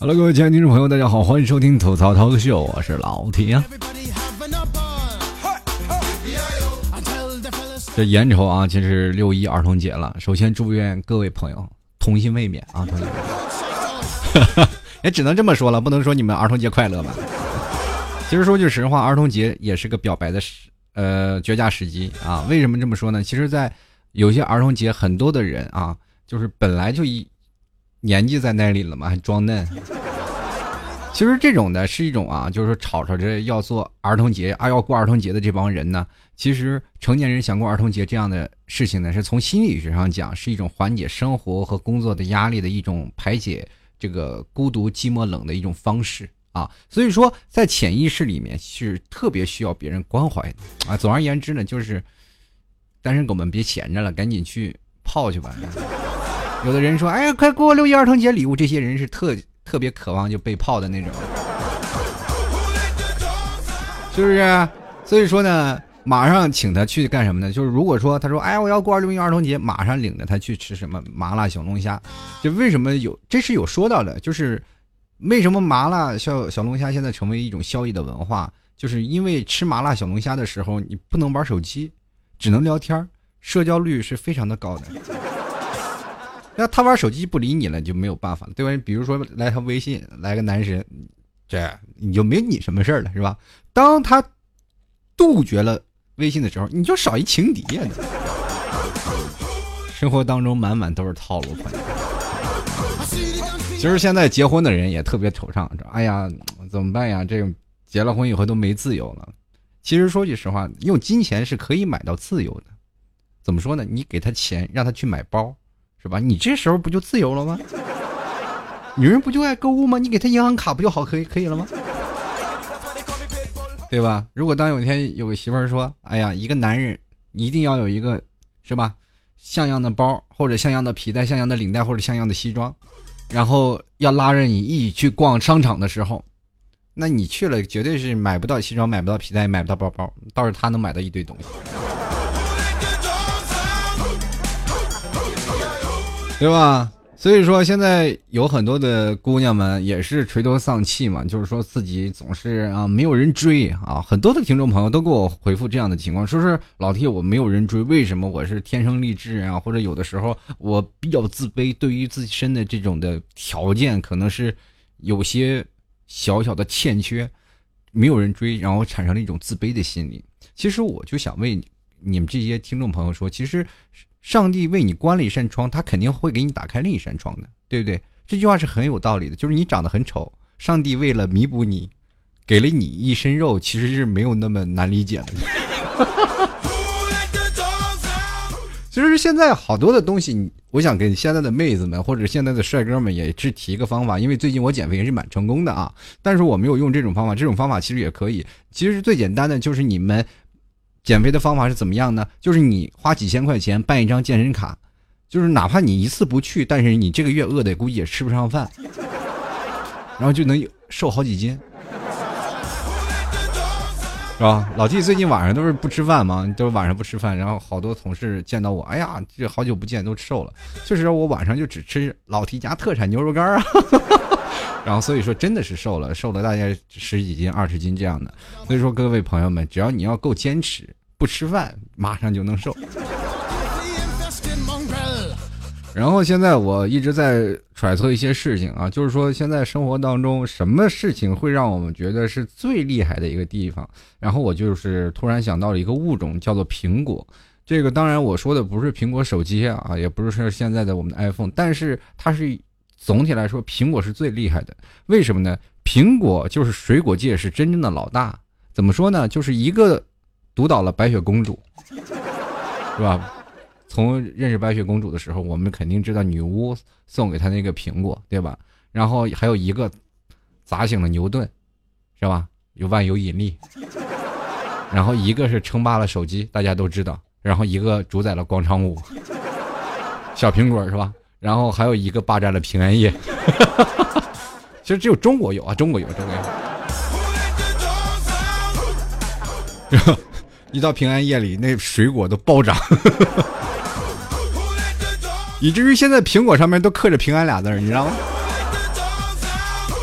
Hello， 各位亲爱的听众朋友，大家好，欢迎收听吐槽涛秀，我是老铁啊。这眼瞅啊，其实6·1儿童节了，首先祝愿各位朋友童心未泯啊，同学们。也只能这么说了，不能说你们儿童节快乐吧。其实说句实话，儿童节也是个表白的绝佳时机啊。为什么这么说呢？其实在有些儿童节，很多的人啊，就是本来就年纪在那里了嘛，还装嫩。其实这种的是一种啊，就是说吵着要做儿童节要过儿童节的这帮人呢，其实成年人想过儿童节这样的事情呢，是从心理学上讲是一种缓解生活和工作的压力的一种排解这个孤独寂寞冷的一种方式啊。所以说在潜意识里面是特别需要别人关怀的啊。总而言之呢，就是单身狗们别闲着了，赶紧去泡去吧。有的人说，哎呀，快过6·1儿童节礼物，这些人是特别渴望就被泡的那种，是不是？所以说呢，马上请他去干什么呢？就是如果说他说，哎，我要过6·1儿童节，马上领着他去吃什么麻辣小龙虾。就为什么这是有说到的，就是为什么麻辣小龙虾现在成为一种宵夜的文化，就是因为吃麻辣小龙虾的时候，你不能玩手机，只能聊天，社交率是非常的高的。那他玩手机不理你了，就没有办法了，对吧？比如说来他微信，来个男神，这你就没你什么事了，是吧？当他杜绝了微信的时候，你就少一情敌呀。生活当中满满都是套路，朋友。其实现在结婚的人也特别惆怅，哎呀，怎么办呀？这个结了婚以后都没自由了。其实说句实话，用金钱是可以买到自由的。怎么说呢？你给他钱，让他去买包。是吧？你这时候不就自由了吗？女人不就爱购物吗？你给她银行卡不就好可以了吗？对吧？如果当有一天有个媳妇儿说，哎呀，一个男人一定要有一个是吧像样的包，或者像样的皮带，像样的领带，或者像样的西装，然后要拉着你一起去逛商场的时候，那你去了绝对是买不到西装，买不到皮带，买不到包包，倒是他能买到一堆东西，对吧？所以说现在有很多的姑娘们也是垂头丧气嘛，就是说自己总是啊没有人追啊。很多的听众朋友都给我回复这样的情况，说是老T我没有人追，为什么？我是天生丽质啊，或者有的时候我比较自卑，对于自身的这种的条件可能是有些小小的欠缺，没有人追，然后产生了一种自卑的心理。其实我就想为你们这些听众朋友说，其实上帝为你关了一扇窗，他肯定会给你打开另一扇窗的，对不对？这句话是很有道理的。就是你长得很丑，上帝为了弥补你，给了你一身肉，其实是没有那么难理解的。其实现在好多的东西，我想给现在的妹子们或者现在的帅哥们也是提一个方法，因为最近我减肥也是蛮成功的啊，但是我没有用这种方法，这种方法其实也可以。其实最简单的就是你们减肥的方法是怎么样呢？就是你花几千块钱办一张健身卡，就是哪怕你一次不去，但是你这个月饿的估计也吃不上饭，然后就能瘦好几斤，是吧？老弟最近晚上都是不吃饭嘛，都是晚上不吃饭，然后好多同事见到我，哎呀，这好久不见都瘦了。确实我晚上就只吃老弟家特产牛肉干啊。然后所以说真的是瘦了大概10几斤20斤这样的。所以说各位朋友们，只要你要够坚持，不吃饭马上就能瘦。然后现在我一直在揣测一些事情啊，就是说现在生活当中什么事情会让我们觉得是最厉害的一个地方。然后我就是突然想到了一个物种，叫做苹果。这个当然我说的不是苹果手机啊，也不是现在的我们的 iPhone， 但是它是总体来说苹果是最厉害的。为什么呢？苹果就是水果界是真正的老大。怎么说呢？就是一个毒倒了白雪公主，是吧？从认识白雪公主的时候，我们肯定知道女巫送给她那个苹果，对吧？然后还有一个砸醒了牛顿，是吧？有万有引力。然后一个是称霸了手机，大家都知道。然后一个主宰了广场舞，小苹果是吧？然后还有一个霸占了平安夜。其实只有中国有啊，中国有。一到平安夜里，那水果都暴涨。以至于现在苹果上面都刻着平安俩字，你知道吗？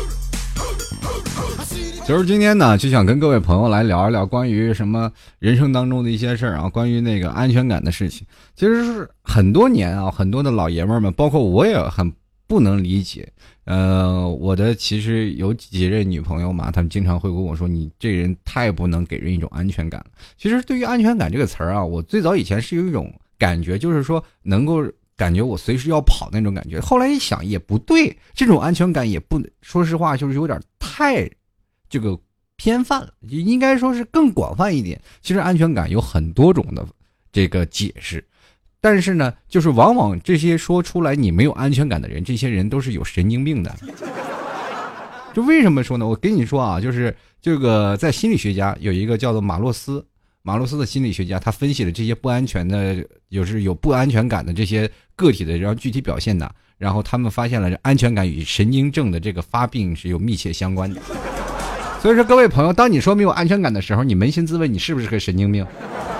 其实今天呢，就想跟各位朋友来聊一聊关于什么人生当中的一些事儿啊，关于那个安全感的事情。其实是很多年啊，很多的老爷们儿们，包括我也很不能理解。我的其实有几任女朋友嘛，她们经常会跟我说，你这人太不能给人一种安全感了。其实对于安全感这个词儿啊，我最早以前是有一种感觉，就是说能够感觉我随时要跑那种感觉。后来一想也不对，这种安全感也不，说实话就是有点太这个偏泛了，应该说是更广泛一点。其实安全感有很多种的这个解释，但是呢，就是往往这些说出来你没有安全感的人，这些人都是有神经病的。就为什么说呢？我跟你说啊，就是这个在心理学家有一个叫做马洛斯的心理学家，他分析了这些不安全的，有不安全感的这些个体的，然后具体表现的，然后他们发现了安全感与神经症的这个发病是有密切相关的。所以说，各位朋友，当你说没有安全感的时候，你扪心自问，你是不是个神经病？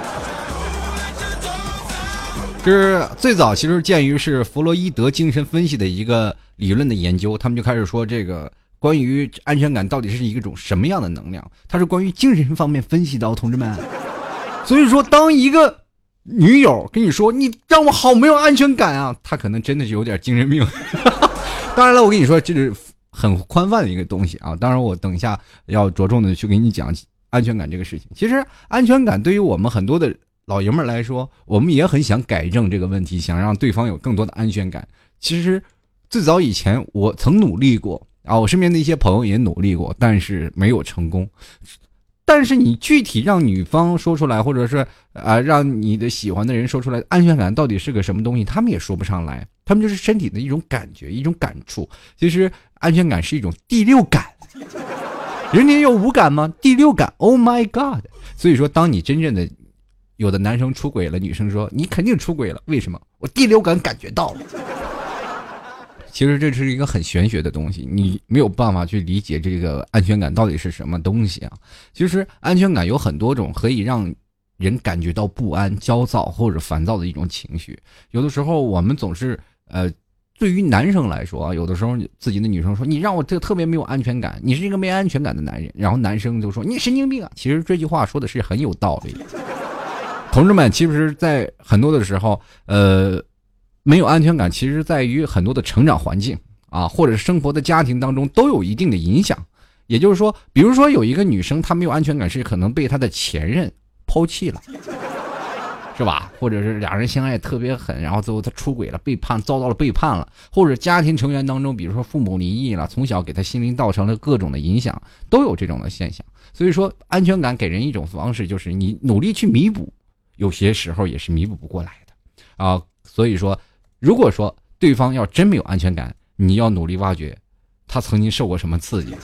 就是最早其实鉴于是弗洛伊德精神分析的一个理论的研究，他们就开始说这个关于安全感到底是一种什么样的能量，它是关于精神方面分析的，同志们。所以说，当一个女友跟你说你让我好没有安全感啊，她可能真的是有点精神病。当然了，我跟你说这是很宽泛的一个东西啊，当然我等一下要着重的去给你讲安全感这个事情。其实安全感对于我们很多的老爷们来说，我们也很想改正这个问题，想让对方有更多的安全感。其实最早以前我曾努力过啊，我身边的一些朋友也努力过，但是没有成功。但是你具体让女方说出来，或者是让你的喜欢的人说出来，安全感到底是个什么东西，他们也说不上来。他们就是身体的一种感觉，一种感触。其实安全感是一种第六感。人家有五感吗？第六感 ，Oh my God！ 所以说，当你真正的有的男生出轨了，女生说你肯定出轨了，为什么？我第六感感觉到了。其实这是一个很玄学的东西，你没有办法去理解这个安全感到底是什么东西啊。其实安全感有很多种可以让人感觉到不安、焦躁或者烦躁的一种情绪。有的时候我们总是对于男生来说啊，有的时候自己的女生说你让我特别没有安全感，你是一个没安全感的男人，然后男生就说你神经病啊。其实这句话说的是很有道理的。同志们，其实在很多的时候没有安全感，其实在于很多的成长环境啊，或者生活的家庭当中都有一定的影响。也就是说，比如说有一个女生她没有安全感，是可能被她的前任抛弃了，是吧？或者是俩人相爱特别狠，然后最后她出轨了，背叛，遭到了背叛了，或者家庭成员当中，比如说父母离异了，从小给她心灵造成了各种的影响，都有这种的现象。所以说，安全感给人一种方式，就是你努力去弥补，有些时候也是弥补不过来的啊。所以说，如果说对方要真没有安全感，你要努力挖掘他曾经受过什么刺激。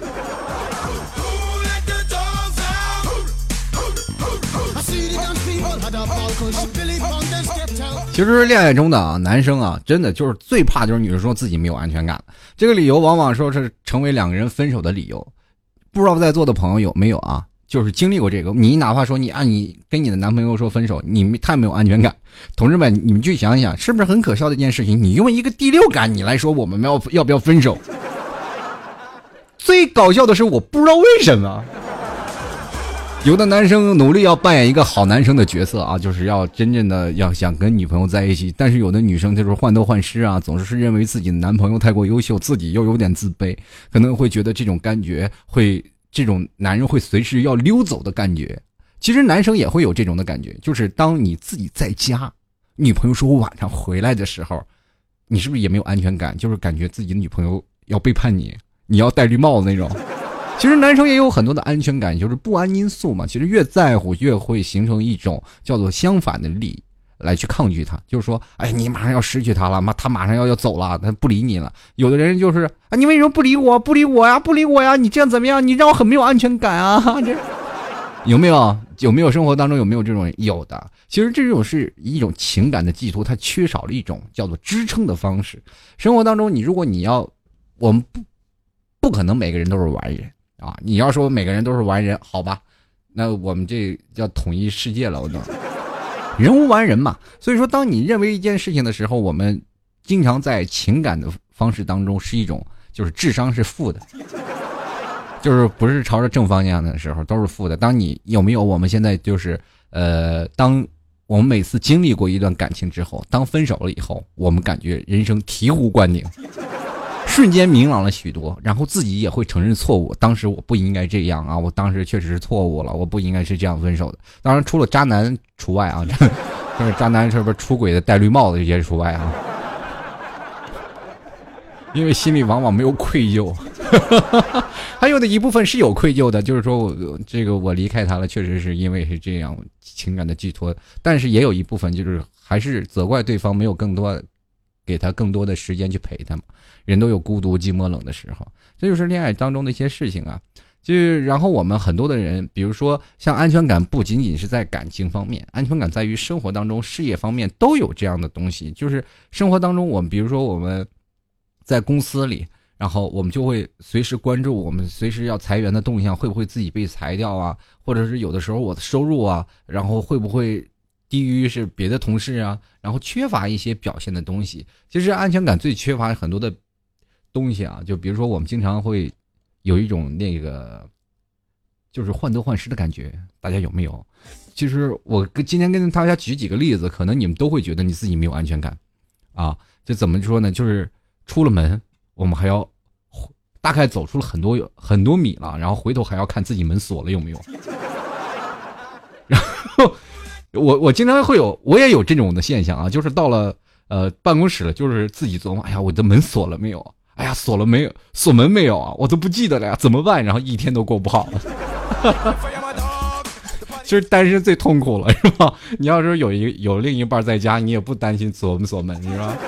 其实恋爱中的男生啊，真的就是最怕就是女生说自己没有安全感，这个理由往往说是成为两个人分手的理由。不知道在座的朋友有没有啊？就是经历过这个，你哪怕说你跟你的男朋友说分手，你太没有安全感，同志们，你们去想想，是不是很可笑的一件事情？你用一个第六感你来说我们要不要分手？最搞笑的是，我不知道为什么，有的男生努力要扮演一个好男生的角色啊，就是要真正的要想跟女朋友在一起，但是有的女生就是患得患失啊，总是认为自己的男朋友太过优秀，自己又有点自卑，可能会觉得这种感觉这种男人会随时要溜走的感觉。其实男生也会有这种的感觉，就是当你自己在家，女朋友说我晚上回来的时候，你是不是也没有安全感？就是感觉自己的女朋友要背叛你，你要戴绿帽子那种。其实男生也有很多的安全感，就是不安因素嘛。其实越在乎越会形成一种叫做相反的力来去抗拒他，就是说，哎，你马上要失去他了，他马上要走了，他不理你了。有的人就是啊，你为什么不理我？不理我呀？你这样怎么样？你让我很没有安全感啊！这有没有生活当中有没有这种人？有的。其实这种是一种情感的寄托，它缺少了一种叫做支撑的方式。生活当中，我们不可能每个人都是完人啊！你要说每个人都是完人，好吧，那我们这叫统一世界了，我都。人无完人嘛，所以说当你认为一件事情的时候，我们经常在情感的方式当中是一种就是智商是负的， 就是不是朝着正方向的时候都是负的。当你有没有我们现在就是当我们每次经历过一段感情之后，当分手了以后，我们感觉人生醍醐灌顶，瞬间明朗了许多，然后自己也会承认错误，当时我不应该这样啊，我当时确实是错误了，我不应该是这样分手的。当然除了渣男除外啊，就是渣男是不是出轨的戴绿帽子这些除外啊，因为心里往往没有愧疚。还有的一部分是有愧疚的，就是说我离开他了，确实是因为是这样情感的寄托，但是也有一部分就是还是责怪对方没有给他更多的时间去陪他嘛。人都有孤独寂寞冷的时候，这就是恋爱当中的一些事情啊。然后我们很多的人，比如说像安全感，不仅仅是在感情方面，安全感在于生活当中、事业方面都有这样的东西。就是生活当中，我们比如说我们在公司里，然后我们就会随时关注我们随时要裁员的动向，会不会自己被裁掉啊？或者是有的时候我的收入啊，然后会不会低于是别的同事啊？然后缺乏一些表现的东西。其实安全感最缺乏很多的东西啊，就比如说我们经常会有一种就是患得患失的感觉，大家有没有？其实我今天跟大家举几个例子，可能你们都会觉得你自己没有安全感啊。就怎么说呢？就是出了门，我们还要大概走出了很多米了，然后回头还要看自己门锁了有没有。然后我经常我也有这种的现象啊，就是到了办公室了，就是自己琢磨，哎呀，我的门锁了没有？哎呀，锁了没有？锁门没有啊？我都不记得了呀，怎么办？然后一天都过不好。其实单身最痛苦了，是吧？你要是有另一半在家，你也不担心锁不锁门，是吧？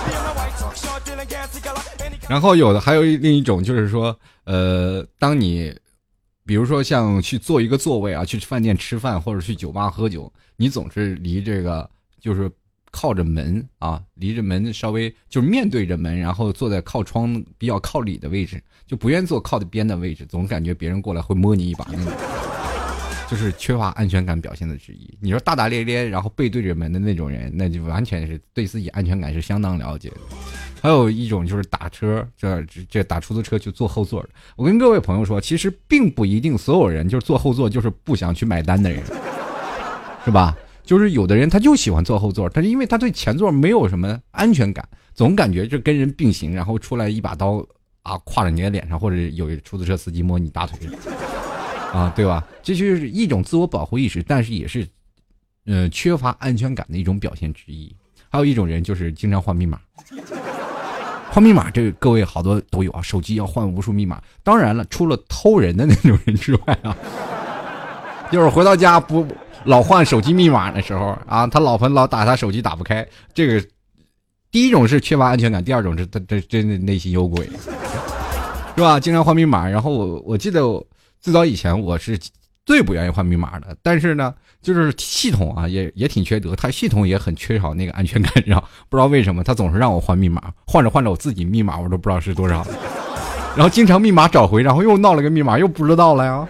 然后还有另一种就是说，当你比如说像去坐一个座位啊，去饭店吃饭或者去酒吧喝酒，你总是离这个就是靠着门啊，离着门稍微就是面对着门，然后坐在靠窗比较靠里的位置，就不愿意坐靠的边的位置，总感觉别人过来会摸你一把那种。就是缺乏安全感表现的之一。你说大大咧咧然后背对着门的那种人，那就完全是对自己安全感是相当了解的。还有一种就是打车，这打出租车去坐后座的。我跟各位朋友说，其实并不一定所有人就是坐后座就是不想去买单的人，是吧？就是有的人他就喜欢坐后座，但是因为他对前座没有什么安全感，总感觉就跟人并行，然后出来一把刀啊挎着你的脸上，或者有出租车司机摸你大腿啊，对吧？这就是一种自我保护意识，但是也是缺乏安全感的一种表现之一。还有一种人就是经常换密码。换密码这个各位好多都有啊，手机要换无数密码。当然了，除了偷人的那种人之外啊，就是回到家不老换手机密码的时候啊，他老婆老打他手机打不开。这个第一种是缺乏安全感，第二种是他真的内心有鬼，是吧？经常换密码。然后我记得最早以前我是最不愿意换密码的，但是呢，就是系统啊也挺缺德，它系统也很缺少那个安全感，然后不知道为什么它总是让我换密码，换着我自己密码我都不知道是多少，然后经常密码找回，然后又闹了个密码又不知道了呀，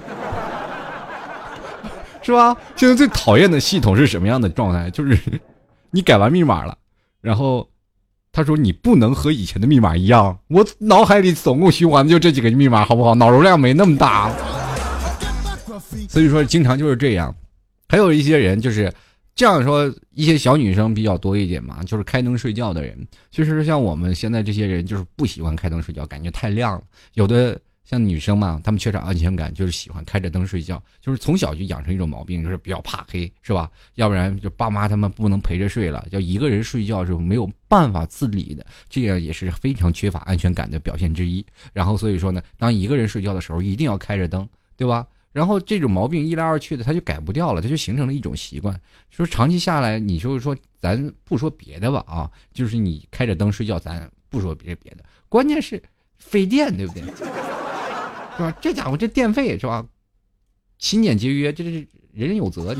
是吧？现在最讨厌的系统是什么样的状态？就是你改完密码了，然后他说你不能和以前的密码一样，我脑海里总共循环的就这几个密码，好不好？脑容量没那么大。所以说经常就是这样。还有一些人就是这样说，一些小女生比较多一点嘛，就是开灯睡觉的人。其实像我们现在这些人就是不喜欢开灯睡觉，感觉太亮了。有的像女生嘛，她们缺少安全感，就是喜欢开着灯睡觉，就是从小就养成一种毛病，就是比较怕黑，是吧？要不然就爸妈他们不能陪着睡了，要一个人睡觉是没有办法自理的，这样也是非常缺乏安全感的表现之一。然后所以说呢，当一个人睡觉的时候一定要开着灯，对吧？然后这种毛病一来二去的，他就改不掉了，他就形成了一种习惯。说长期下来，你就是说，咱不说别的吧啊，就是你开着灯睡觉，咱不说别的，关键是费电，对不对？是吧？这家伙这电费是吧？勤俭节约，这是人人有责。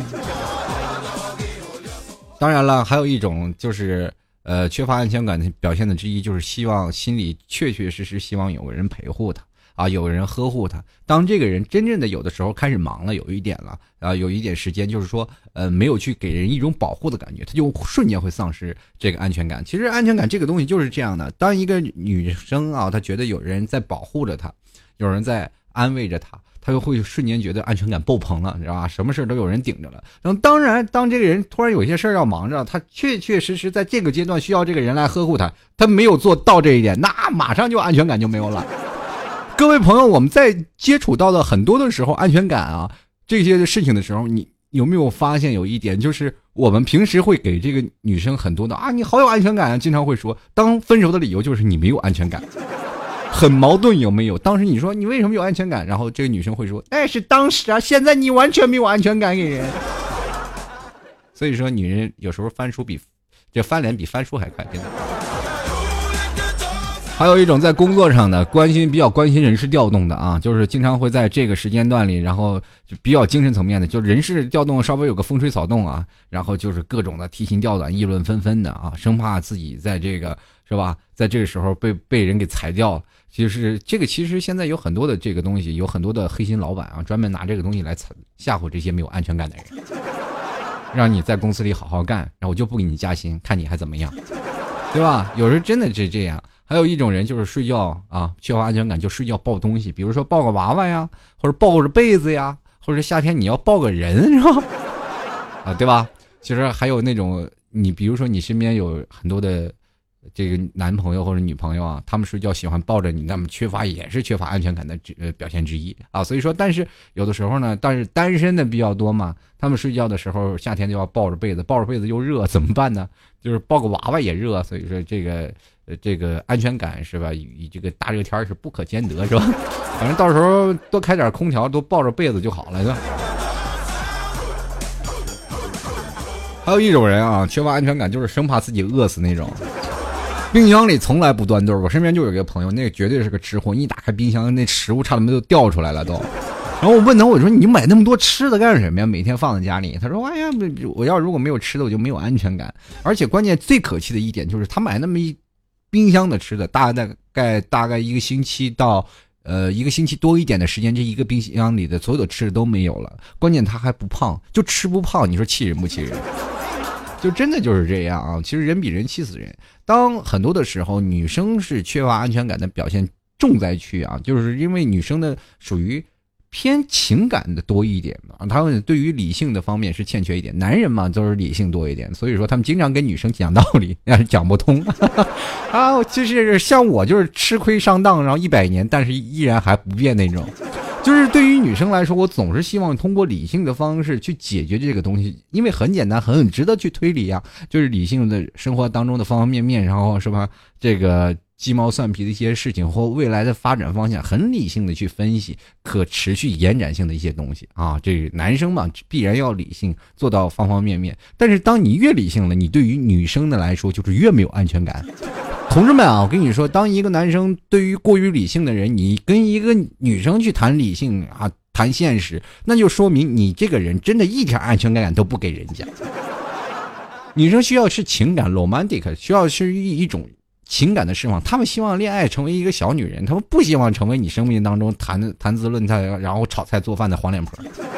当然了，还有一种就是缺乏安全感的表现的之一，就是心里确实希望有个人陪护他。啊，有人呵护他。当这个人真正的有的时候开始忙了，有一点了啊，有一点时间，就是说，没有去给人一种保护的感觉，他就瞬间会丧失这个安全感。其实安全感这个东西就是这样的，当一个女生啊，她觉得有人在保护着她，有人在安慰着他，他就会瞬间觉得安全感爆棚了，知道吧？什么事都有人顶着了。然后当然，当这个人突然有些事要忙着，他确确实实在这个阶段需要这个人来呵护他，他没有做到这一点，那马上就安全感就没有了。各位朋友，我们在接触到的很多的时候，安全感啊这些事情的时候，你有没有发现有一点，就是我们平时会给这个女生很多的啊，你好有安全感啊，经常会说，当分手的理由就是你没有安全感，很矛盾有没有？当时你说你为什么有安全感，然后这个女生会说，那是当时啊，现在你完全没有安全感给人。所以说，女人有时候翻脸比翻书还快，真的。还有一种在工作上的比较关心人事调动的啊，就是经常会在这个时间段里，然后就比较精神层面的，就人事调动稍微有个风吹草动啊，然后就是各种的提心吊胆、议论纷纷的啊，生怕自己在这个是吧，在这个时候被人给裁掉了。其实现在有很多的这个东西，有很多的黑心老板啊，专门拿这个东西来吓唬这些没有安全感的人，让你在公司里好好干，然后我就不给你加薪，看你还怎么样，对吧？有时候真的是这样。还有一种人就是睡觉啊，缺乏安全感就睡觉抱东西，比如说抱个娃娃呀，或者抱着被子呀，或者夏天你要抱个人是吧？啊，对吧？其实还有那种你比如说你身边有很多的这个男朋友或者女朋友啊，他们睡觉喜欢抱着你，那么也是缺乏安全感的表现之一啊。所以说，但是有的时候呢，但是单身的比较多嘛，他们睡觉的时候夏天就要抱着被子又热，怎么办呢？就是抱个娃娃也热，所以说这个安全感是吧？与这个大热天是不可兼得，是吧？反正到时候多开点空调，多抱着被子就好了，是吧？还有一种人啊，缺乏安全感就是生怕自己饿死那种。冰箱里从来不端堆，我身边就有一个朋友，那个绝对是个吃货，一打开冰箱，那食物差点都掉出来了都。然后我问他，我说你买那么多吃的干什么呀？每天放在家里。他说，哎呀，我如果没有吃的，我就没有安全感。而且关键最可气的一点就是，他买那么一冰箱的吃的，大概一个星期到一个星期多一点的时间，这一个冰箱里的所有的吃的都没有了。关键他还不胖，就吃不胖，你说气人不气人？就真的就是这样啊！其实人比人气死人。当很多的时候，女生是缺乏安全感的表现重灾区啊，就是因为女生的属于偏情感的多一点嘛，他们对于理性的方面是欠缺一点。男人嘛都是理性多一点，所以说他们经常跟女生讲道理，但是讲不通啊。就是像我就是吃亏上当，然后100年，但是依然还不变那种。就是对于女生来说，我总是希望通过理性的方式去解决这个东西，因为很简单，很值得去推理啊。就是理性的生活当中的方方面面，然后是吧？这个鸡毛蒜皮的一些事情或未来的发展方向，很理性的去分析可持续延展性的一些东西啊。这个男生嘛，必然要理性做到方方面面。但是当你越理性了，你对于女生的来说就是越没有安全感。同志们啊，我跟你说，当一个男生对于过于理性的人，你跟一个女生去谈理性啊，谈现实，那就说明你这个人真的一点安全感都不给人家。女生需要是情感 romantic， 需要是一种情感的释放，他们希望恋爱成为一个小女人，他们不希望成为你生命当中谈资论菜然后炒菜做饭的黄脸婆，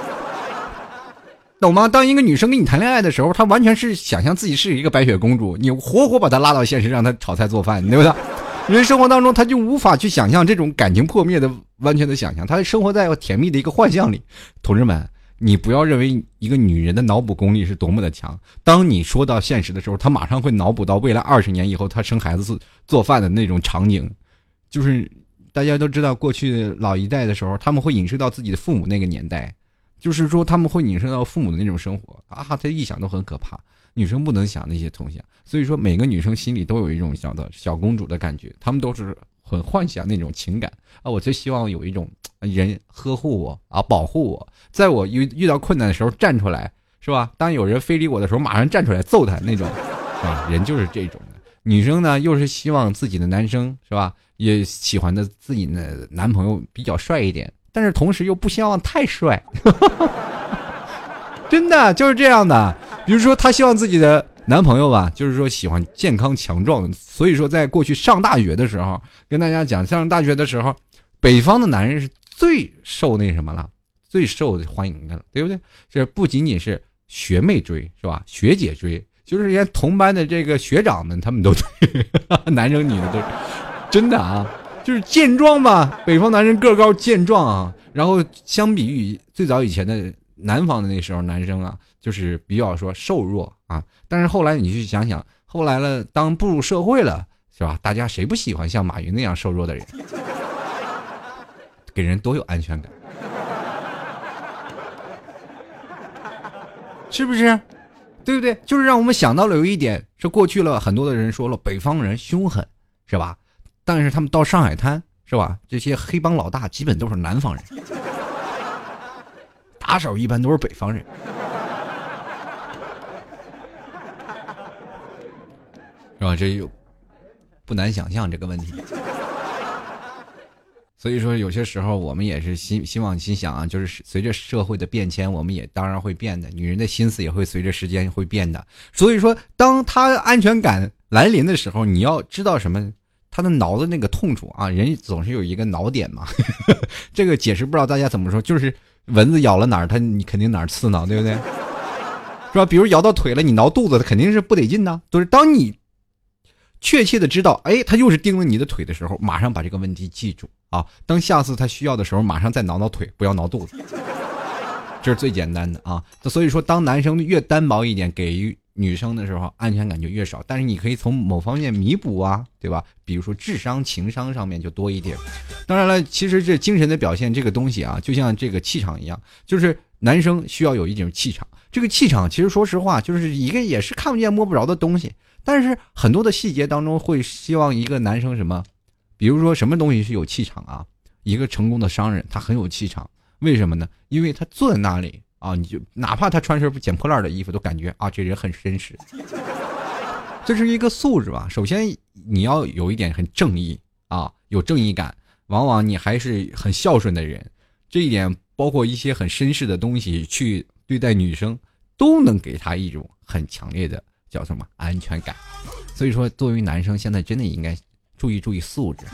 懂吗？当一个女生跟你谈恋爱的时候，她完全是想象自己是一个白雪公主，你活活把她拉到现实，让她炒菜做饭，对不对？人生活当中，她就无法去想象这种感情破灭的完全的想象，她生活在甜蜜的一个幻象里。同志们，你不要认为一个女人的脑补功力是多么的强，当你说到现实的时候，她马上会脑补到未来20年以后她生孩子做饭的那种场景。就是大家都知道，过去老一代的时候，他们会影射到自己的父母那个年代，就是说他们会影射到父母的那种生活啊，他一想都很可怕。女生不能想那些东西，所以说每个女生心里都有一种小公主的感觉，她们都是很幻想那种情感啊。我就希望有一种人呵护我啊，保护我，在我遇到困难的时候站出来，是吧？当有人非礼我的时候，马上站出来揍他那种啊。人就是这种的。女生呢，又是希望自己的男生是吧，也喜欢的自己的男朋友比较帅一点，但是同时又不希望太帅。真的就是这样的。比如说她希望自己的男朋友吧，就是说喜欢健康强壮的，所以说在过去上大学的时候，跟大家讲，上大学的时候，北方的男人是最受那什么了，最受欢迎的了，对不对？这不仅仅是学妹追是吧，学姐追，就是连同班的这个学长们他们都追，男生女的都真的啊。 就是健壮吧，北方男人个高健壮啊。然后相比于最早以前的南方的那时候男生啊，就是比较说瘦弱啊。但是后来你去想想，后来了，当步入社会了，是吧？大家谁不喜欢像马云那样瘦弱的人？给人多有安全感，是不是？对不对？就是让我们想到了有一点，是过去了很多的人说了，北方人凶狠，是吧？但是他们到上海滩，是吧？这些黑帮老大基本都是南方人，打手一般都是北方人，是吧？这有不难想象这个问题。所以说有些时候我们也是希望心想啊，就是随着社会的变迁，我们也当然会变的，女人的心思也会随着时间会变的。所以说当她安全感来临的时候，你要知道什么，她的挠的那个痛处啊，人总是有一个挠点嘛。这个解释不知道大家怎么说，就是蚊子咬了哪儿，你肯定哪儿刺挠，对不对？是吧？比如咬到腿了，你挠肚子，它肯定是不得劲的。都是当你确切的知道，哎，他又是盯了你的腿的时候，马上把这个问题记住啊！当下次他需要的时候，马上再挠挠腿，不要挠肚子，这是最简单的啊！所以说，当男生越单薄一点，给予女生的时候，安全感就越少。但是你可以从某方面弥补啊，对吧？比如说智商、情商上面就多一点。当然了，其实这精神的表现这个东西啊，就像这个气场一样，就是男生需要有一种气场。这个气场其实说实话，就是一个也是看不见摸不着的东西。但是很多的细节当中会希望一个男生什么，比如说什么东西是有气场啊？一个成功的商人他很有气场，为什么呢？因为他坐在那里啊，你就哪怕他穿身捡破烂的衣服，都感觉啊这人很绅士。这是一个素质吧。首先你要有一点很正义啊，有正义感，往往你还是很孝顺的人，这一点包括一些很绅士的东西去对待女生，都能给他一种很强烈的叫什么安全感。所以说作为男生现在真的应该注意素质。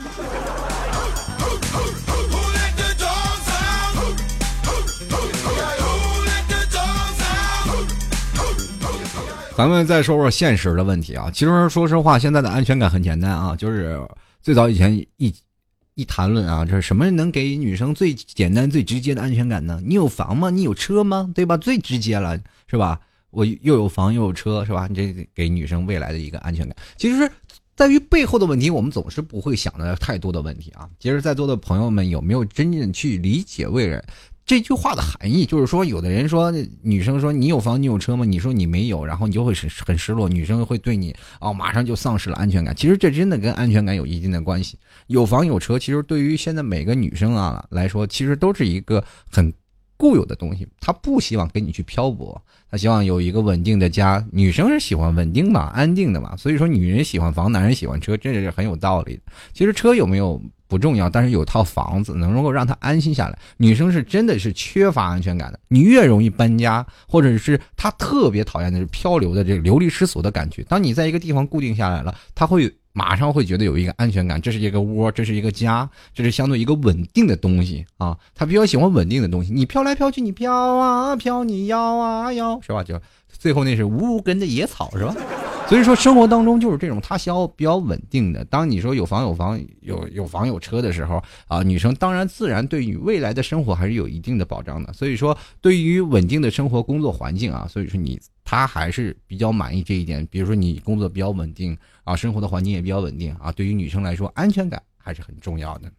咱们再说说现实的问题啊。其实说实话，现在的安全感很简单啊，就是最早以前一谈论啊，这是什么能给女生最简单最直接的安全感呢？你有房吗？你有车吗？对吧？最直接了，是吧？我又有房又有车，是吧？你这给女生未来的一个安全感。其实在于背后的问题，我们总是不会想的太多的问题啊。其实在座的朋友们有没有真正去理解为人这句话的含义？就是说有的人说女生说你有房你有车吗？你说你没有，然后你就会很失落，女生会对你马上就丧失了安全感。其实这真的跟安全感有一定的关系。有房有车其实对于现在每个女生啊来说，其实都是一个很固有的东西，她不希望跟你去漂泊，她希望有一个稳定的家。女生是喜欢稳定嘛，安定的嘛，所以说女人喜欢房，男人喜欢车，这是很有道理的。其实车有没有不重要，但是有套房子能够让她安心下来。女生是真的是缺乏安全感的，你越容易搬家，或者是她特别讨厌的是漂流的这个流离失所的感觉。当你在一个地方固定下来了，她会马上会觉得有一个安全感，这是一个窝，这是一个家，这是相对一个稳定的东西啊。他比较喜欢稳定的东西，你飘来飘去，你飘啊飘，你摇啊摇，是吧？就最后那是无根的野草，是吧？所以说生活当中就是这种，他需要比较稳定的。当你说有房有车的时候啊，女生当然自然对于未来的生活还是有一定的保障的。所以说对于稳定的生活工作环境啊，所以说他还是比较满意这一点。比如说你工作比较稳定啊，生活的环境也比较稳定啊，对于女生来说安全感还是很重要的。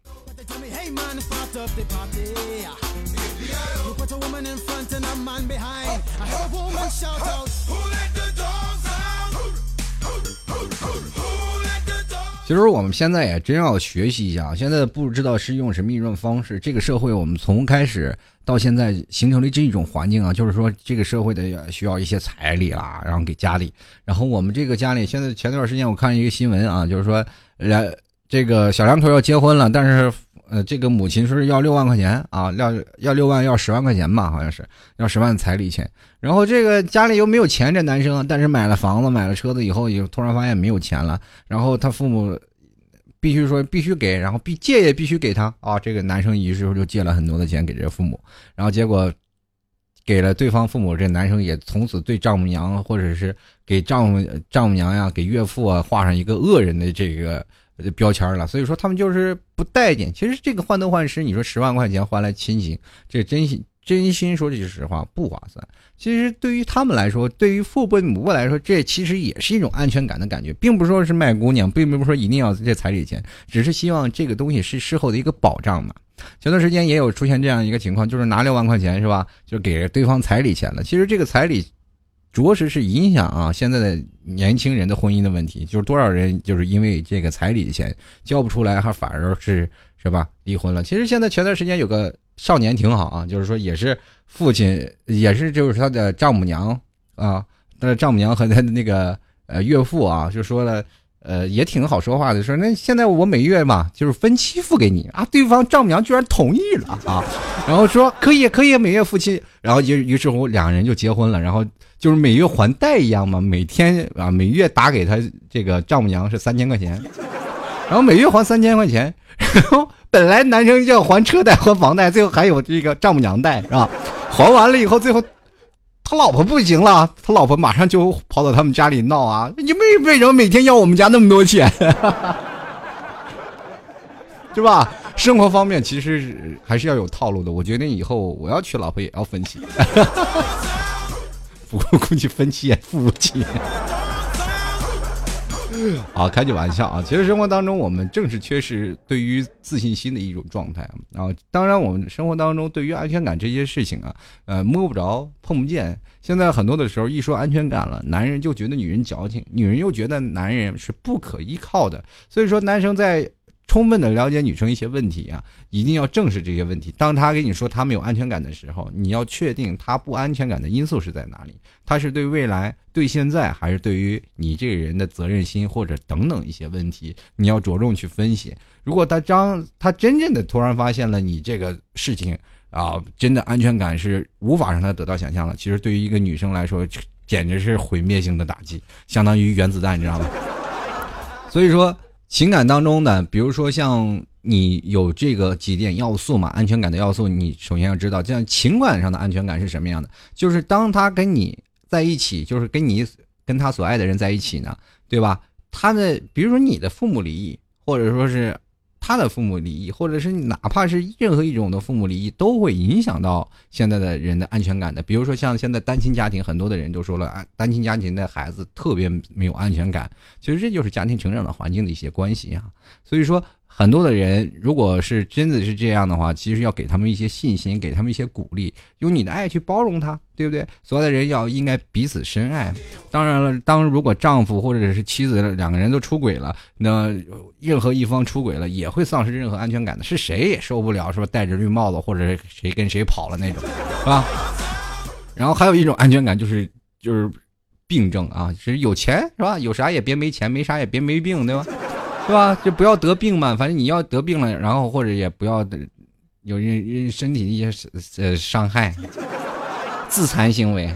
其实我们现在也真要学习一下，现在不知道是用什么一种方式，这个社会我们从开始到现在形成了这种环境啊，就是说这个社会的需要一些彩礼啦，然后给家里，然后我们这个家里现在前段时间我看一个新闻啊，就是说这个小两口要结婚了，但是这个母亲是要6万块钱啊，要6万，要10万块钱吧，好像是要10万彩礼钱。然后这个家里又没有钱，这男生啊，但是买了房子买了车子以后，也突然发现没有钱了，然后他父母必须给，然后借也必须给他啊。这个男生于是就借了很多的钱给这父母，然后结果给了对方父母，这男生也从此对丈母娘或者是给丈母娘呀，给岳父啊画上一个恶人的这个标签了，所以说他们就是不待见。其实这个患得患失，你说10万块钱换来亲情，这真心说句实话不划算。其实对于他们来说，对于父辈母辈来说，这其实也是一种安全感的感觉，并不是说是卖姑娘，并不是说一定要这彩礼钱，只是希望这个东西是事后的一个保障嘛。前段时间也有出现这样一个情况，就是拿6万块钱是吧，就给对方彩礼钱了。其实这个彩礼着实是影响啊现在的年轻人的婚姻的问题，就是多少人就是因为这个彩礼钱交不出来，还反而是吧离婚了。其实现在前段时间有个少年挺好啊，就是说也是父亲，也是就是他的丈母娘啊，他的丈母娘和他的那个岳父啊，就说了也挺好说话的，说那现在我每月嘛就是分期付给你啊，对方丈母娘居然同意了啊，然后说可以每月付期，然后于是乎两人就结婚了，然后就是每月还贷一样嘛，每天啊每月打给他这个丈母娘是3000块钱，然后每月还3000块钱，然后本来男生就要还车贷还房贷，最后还有这个丈母娘贷是吧？还完了以后，最后他老婆不行了，他老婆马上就跑到他们家里闹啊！你为什么每天要我们家那么多钱？是吧？生活方面其实还是要有套路的。我决定以后我要娶老婆也要分期，不过估计分期也付不起。啊，开句玩笑啊！其实生活当中，我们正是缺失对于自信心的一种状态啊。当然，我们生活当中对于安全感这些事情啊，摸不着、碰不见。现在很多的时候，一说安全感了，男人就觉得女人矫情，女人又觉得男人是不可依靠的。所以说，男生在充分的了解女生一些问题啊，一定要正视这些问题。当他跟你说他没有安全感的时候，你要确定他不安全感的因素是在哪里，他是对未来、对现在，还是对于你这个人的责任心或者等等一些问题，你要着重去分析。如果他真正的突然发现了你这个事情啊，真的安全感是无法让他得到想象了，其实对于一个女生来说，简直是毁灭性的打击，相当于原子弹，你知道吗？所以说情感当中呢，比如说像你有这个几点要素嘛，安全感的要素，你首先要知道，这样情感上的安全感是什么样的？就是当他跟你在一起，就是跟他所爱的人在一起呢，对吧？他的比如说你的父母离异，或者说是他的父母离异，或者是哪怕是任何一种的父母离异，都会影响到现在的人的安全感的。比如说像现在单亲家庭，很多的人都说了，单亲家庭的孩子特别没有安全感，其实这就是家庭成长的环境的一些关系啊。所以说很多的人如果是真的是这样的话，其实要给他们一些信心，给他们一些鼓励，用你的爱去包容他，对不对？所有的人应该彼此深爱。当然了，如果丈夫或者是妻子两个人都出轨了，那任何一方出轨了也会丧失任何安全感的，是谁也受不了说戴着绿帽子或者谁跟谁跑了那种，是吧？然后还有一种安全感就是病症啊，是有钱是吧？有啥也别没钱，没啥也别没病，对吧？对吧？就不要得病嘛，反正你要得病了，然后或者也不要有人身体的一些伤害、自残行为。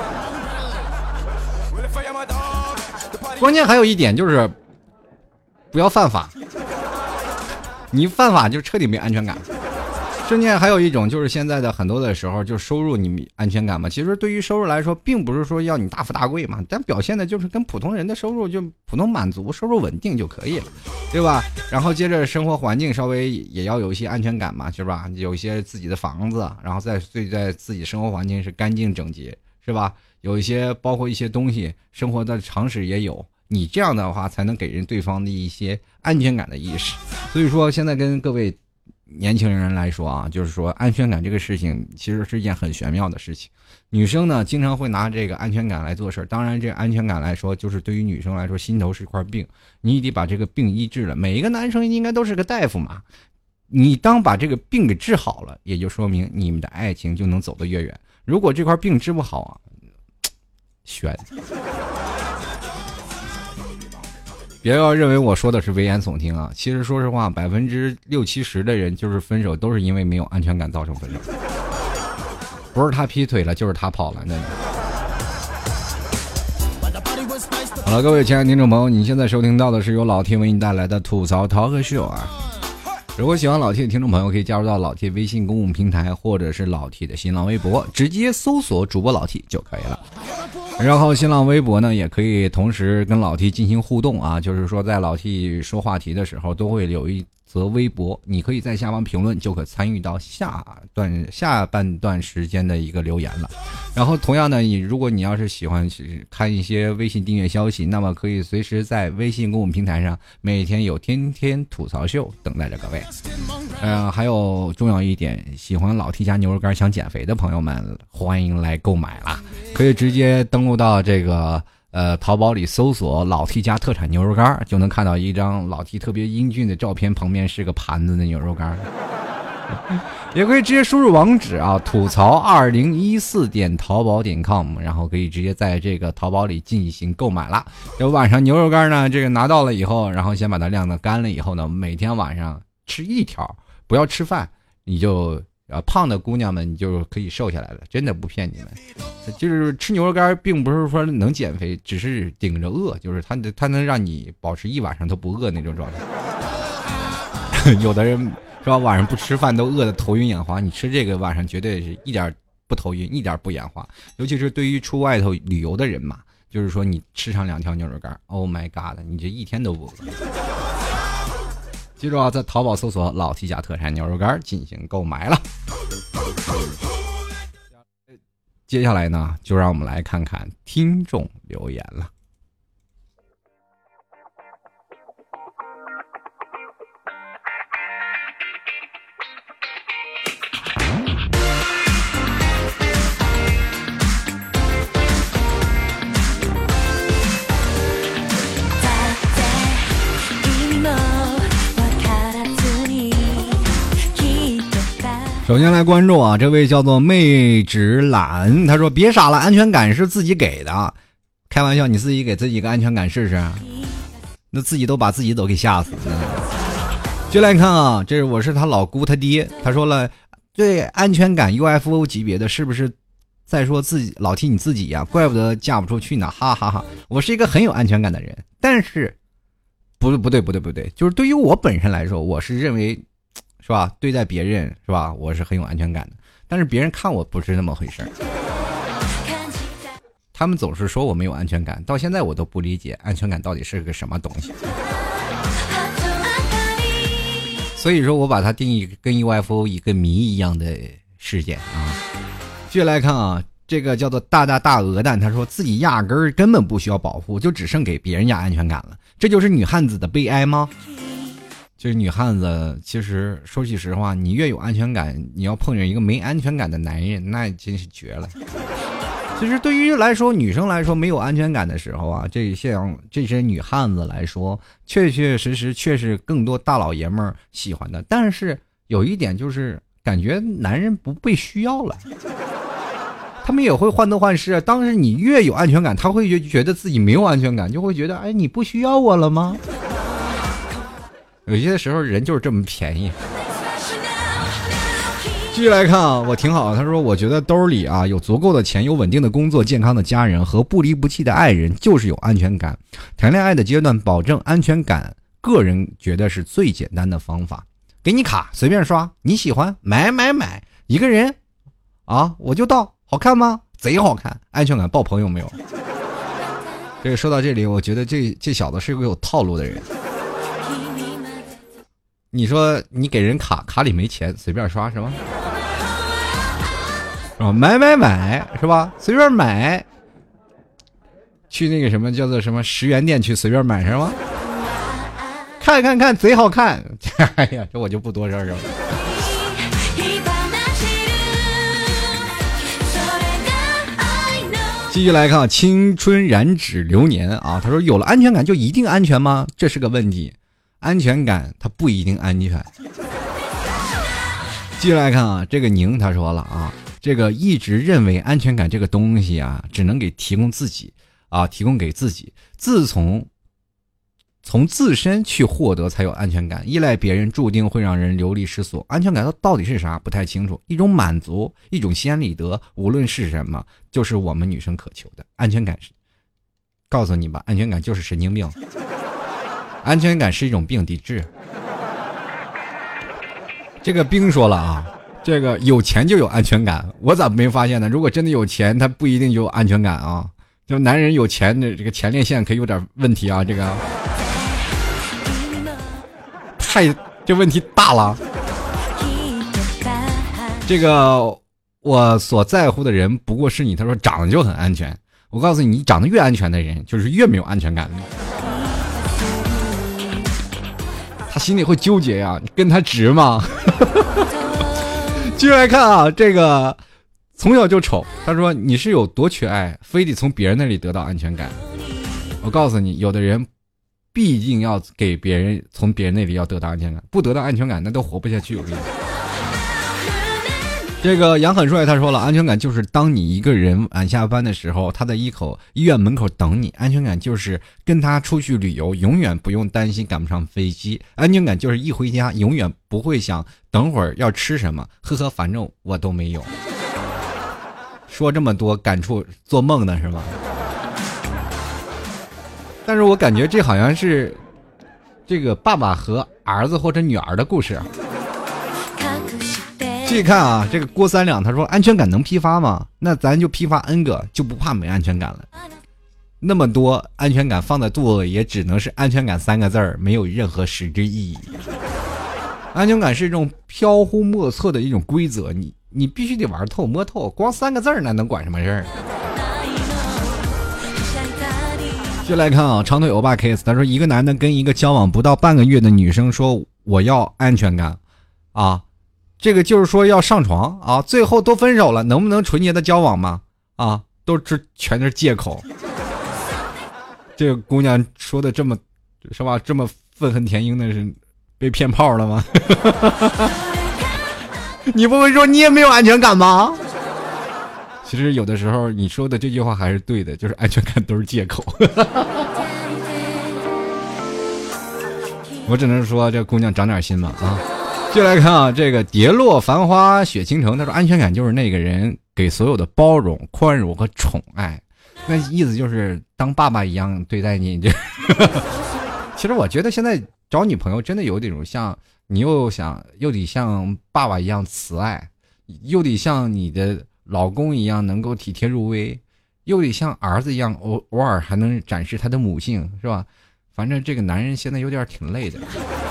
关键还有一点就是不要犯法，你犯法就彻底没安全感。关键还有一种就是现在的很多的时候，就收入你安全感嘛。其实对于收入来说，并不是说要你大富大贵嘛，但表现的就是跟普通人的收入就普通满足，收入稳定就可以了，对吧？然后接着生活环境稍微也要有一些安全感嘛，是吧？有一些自己的房子，然后在自己生活环境是干净整洁，是吧？有一些包括一些东西，生活的常识也有。你这样的话才能给人对方的一些安全感的意识。所以说现在跟各位年轻人来说啊，就是说安全感这个事情其实是一件很玄妙的事情。女生呢经常会拿这个安全感来做事，当然这个安全感来说，就是对于女生来说，心头是一块病，你得把这个病医治了。每一个男生应该都是个大夫嘛，你当把这个病给治好了，也就说明你们的爱情就能走得越远。如果这块病治不好啊，悬。别要认为我说的是危言耸听啊！其实说实话，60%-70%的人就是分手都是因为没有安全感造成分手，不是他劈腿了，就是他跑了，真的。好了，各位亲爱的听众朋友，你现在收听到的是由老 T 为你带来的吐槽淘客秀啊！如果喜欢老 T 的听众朋友，可以加入到老 T 微信公共平台，或者是老 T 的新浪微博，直接搜索主播老 T 就可以了。 然后新浪微博呢也可以同时跟老 T 进行互动啊，就是说在老 T 说话题的时候都会有一则微博，你可以在下方评论就可参与到下半段时间的一个留言了。然后同样呢，如果你要是喜欢看一些微信订阅消息，那么可以随时在微信公众平台上，每天有天天吐槽秀等待着各位。还有重要一点，喜欢老 T 家牛肉干想减肥的朋友们，欢迎来购买啦！可以直接登录到这个淘宝里搜索老 T 家特产牛肉干，就能看到一张老 T 特别英俊的照片，旁边是个盘子的牛肉干。也可以直接输入网址啊，吐槽2014淘宝.com， 然后可以直接在这个淘宝里进行购买啦。这晚上牛肉干呢，这个拿到了以后，然后先把它晾得干了以后呢，每天晚上吃一条，不要吃饭，你就胖的姑娘们你就可以瘦下来了，真的不骗你们。就是吃牛肉干并不是说能减肥，只是顶着饿，就是它能让你保持一晚上都不饿那种状态。有的人是吧，晚上不吃饭都饿得头晕眼花，你吃这个晚上绝对是一点不头晕，一点不眼花。尤其是对于出外头旅游的人嘛，就是说你吃上2条牛肉干 ，Oh my god， 你这一天都不饿。记住啊，在淘宝搜索老 T 家特产牛肉干进行购买了。接下来呢，就让我们来看看听众留言了。首先来关注啊，这位叫做妹纸懒，他说别傻了，安全感是自己给的。开玩笑，你自己给自己个安全感试试，那自己都把自己都给吓死了。就来看啊，这是我是他老姑他爹，他说了，对安全感 UFO 级别的，是不是在说自己老 T 你自己呀？怪不得嫁不出去呢，哈哈哈！我是一个很有安全感的人，但是不对，就是对于我本身来说，我是认为。是吧？对待别人是吧？我是很有安全感的，但是别人看我不是那么回事。他们总是说我没有安全感，到现在我都不理解安全感到底是个什么东西。所以说我把它定义跟 UFO 一个谜一样的事件啊。继续来看啊，这个叫做大鹅蛋，他说自己压根儿根本不需要保护，就只剩给别人压安全感了，这就是女汉子的悲哀吗？就是女汉子，其实说句实话，你越有安全感，你要碰见一个没安全感的男人，那真是绝了。其实对于来说，女生来说没有安全感的时候啊，这些女汉子来说，确实却是更多大老爷们儿喜欢的。但是有一点就是感觉男人不被需要了，他们也会患得患失。当时你越有安全感，他会觉得自己没有安全感，就会觉得哎，你不需要我了吗？有些时候人就是这么便宜。继续来看啊，我挺好。他说我觉得兜里啊有足够的钱，有稳定的工作，健康的家人和不离不弃的爱人，就是有安全感。谈恋爱的阶段保证安全感，个人觉得是最简单的方法。给你卡随便刷，你喜欢买，一个人啊我就到，好看吗？贼好看，安全感爆棚，有没有？这个说到这里，我觉得这小子是个有套路的人。你说你给人卡里没钱，随便刷是吧？买是吧？随便买，去那个什么叫做什么10元店去随便买是吗？看贼好看。哎呀，这我就不多说了。继续来看青春燃指流年啊，他说有了安全感就一定安全吗？这是个问题。安全感它不一定安全。继续来看啊，这个宁他说了啊，这个一直认为安全感这个东西啊，只能提供给自己，从自身去获得才有安全感，依赖别人注定会让人流离失所。安全感它到底是啥？不太清楚，一种满足，一种心安理得，无论是什么，就是我们女生渴求的安全感。告诉你吧，安全感就是神经病。安全感是一种病，得治。这个兵说了啊，这个有钱就有安全感，我咋没发现呢？如果真的有钱，他不一定就有安全感啊。 就男人有钱的这个前列腺可以有点问题啊，这个这问题大了。这个我所在乎的人不过是你，他说长得就很安全。我告诉你，你长得越安全的人，就是越没有安全感的。他心里会纠结呀，你跟他直吗？继续来看啊，这个从小就丑，他说你是有多缺爱，非得从别人那里得到安全感。我告诉你，有的人毕竟要给别人从别人那里要得到安全感，不得到安全感那都活不下去。我跟你说，这个杨很帅他说了，安全感就是当你一个人晚下班的时候，他在医院门口等你。安全感就是跟他出去旅游，永远不用担心赶不上飞机。安全感就是一回家永远不会想等会儿要吃什么，呵呵，反正我都没有。说这么多感触，做梦的是吗？但是我感觉这好像是这个爸爸和儿子或者女儿的故事。继续看啊，这个郭三两他说，安全感能批发吗？那咱就批发 N 个，就不怕没安全感了。那么多安全感放在肚子里，也只能是安全感3个字儿，没有任何实质意义。安全感是一种飘忽莫测的一种规则，你必须得玩透摸透，光3个字儿那能管什么事儿？就来看啊，长腿欧巴 case， 他说一个男的跟一个交往不到半个月的女生说我要安全感啊，这个就是说要上床啊，最后都分手了，能不能纯洁的交往吗？啊，全是借口。这个姑娘说的这么是吧，这么愤恨填膺的，是被骗炮了吗？你不会说你也没有安全感吗？其实有的时候你说的这句话还是对的，就是安全感都是借口。我只能说这姑娘长点心吧啊！就来看啊，这个蝶落繁花雪倾城，他说安全感就是那个人给所有的包容、宽容和宠爱，那意思就是当爸爸一样对待你。其实我觉得现在找女朋友真的有这种像你又得像爸爸一样慈爱，又得像你的老公一样能够体贴入微，又得像儿子一样偶尔还能展示他的母性，是吧？反正这个男人现在有点挺累的。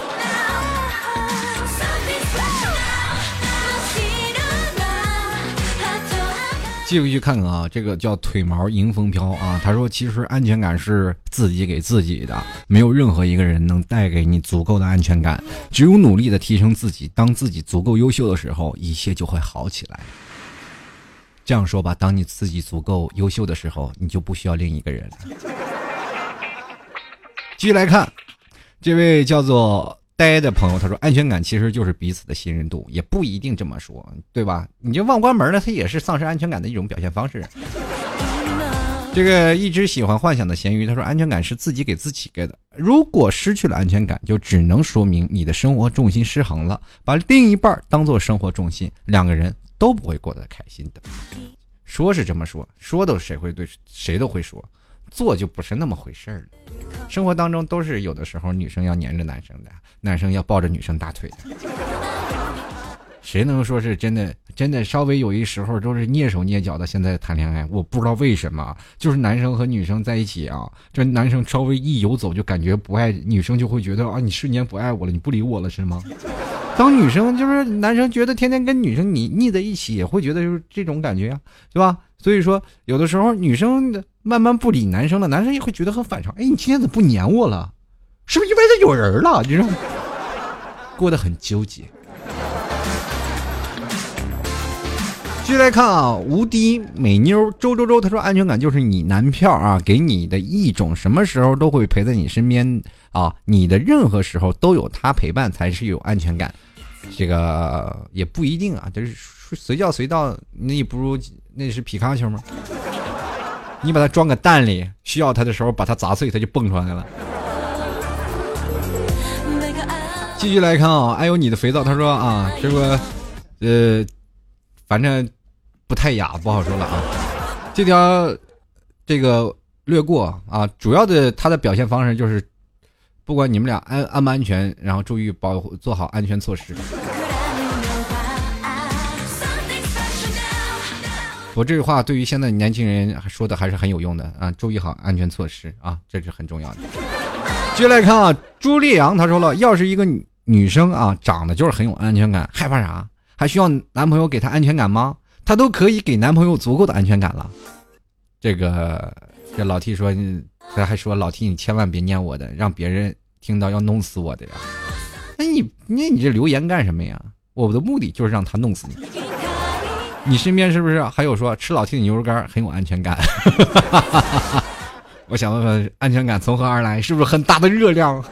继续去看看啊，这个叫腿毛迎风飘啊，他说其实安全感是自己给自己的，没有任何一个人能带给你足够的安全感，只有努力的提升自己，当自己足够优秀的时候，一切就会好起来。这样说吧，当你自己足够优秀的时候，你就不需要另一个人了。继续来看，这位叫做呆的朋友，他说安全感其实就是彼此的信任度，也不一定这么说，对吧？你就忘关门了，他也是丧失安全感的一种表现方式。这个一直喜欢幻想的咸鱼他说安全感是自己给自己给的，如果失去了安全感，就只能说明你的生活重心失衡了，把另一半当做生活重心，两个人都不会过得开心的。说是这么说，说都谁会对谁都会说，做就不是那么回事了。生活当中都是有的时候女生要黏着男生的，男生要抱着女生大腿的，谁能说是真的稍微有一时候都是蹑手蹑脚的现在谈恋爱？我不知道为什么，就是男生和女生在一起啊，这男生稍微一游走就感觉不爱女生，就会觉得啊，你瞬间不爱我了，你不理我了是吗？当女生就是男生觉得天天跟女生你腻在一起，也会觉得就是这种感觉啊，对吧？所以说有的时候女生慢慢不理男生了，男生也会觉得很反常，哎，你今天怎么不黏我了？是不是因为他有人了？你知道吗？过得很纠结。继续来看啊，无敌美妞周，他说安全感就是你男票啊给你的一种什么时候都会陪在你身边啊，你的任何时候都有他陪伴才是有安全感。这个也不一定啊，就是随叫随到，那也不如那是皮卡丘吗？你把它装个蛋里，需要它的时候把它砸碎，它就蹦出来了。继续来看啊，哎呦你的肥皂，他说啊，这个反正不太雅，不好说了啊。这条这个略过啊，主要的它的表现方式就是，不管你们俩安不安全，然后注意做好安全措施。 我这句话对于现在年轻人说的还是很有用的啊，注意好安全措施啊，这是很重要的。接下来看啊，朱丽阳他说了，要是一个女生啊，长得就是很有安全感，害怕啥？还需要男朋友给她安全感吗？她都可以给男朋友足够的安全感了。这老 T 说，他还说老 T 你千万别念我的，让别人听到要弄死我的呀。那你这留言干什么呀？我的目的就是让他弄死你。你身边是不是还有说吃老 T 的牛肉干很有安全感？我想问问，安全感从何而来？是不是很大的热量？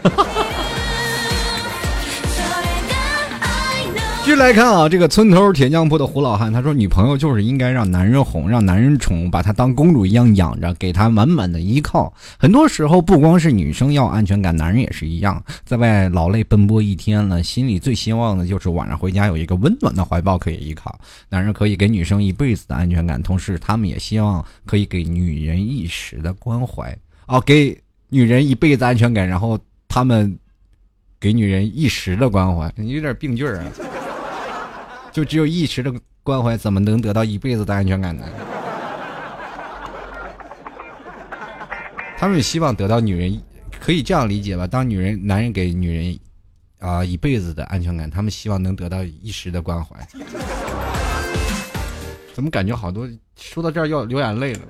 继续来看啊，这个村头铁匠铺的胡老汉他说，女朋友就是应该让男人哄，让男人宠，把她当公主一样养着，给她满满的依靠。很多时候不光是女生要安全感，男人也是一样，在外劳累奔波一天了，心里最希望的就是晚上回家有一个温暖的怀抱可以依靠。男人可以给女生一辈子的安全感，同时他们也希望可以给女人一时的关怀。给女人一辈子安全感，然后他们给女人一时的关怀，你有点病句啊。就只有一时的关怀，怎么能得到一辈子的安全感呢？他们希望得到女人，可以这样理解吧？当男人给女人一辈子的安全感，他们希望能得到一时的关怀。怎么感觉好多说到这儿要流眼泪了？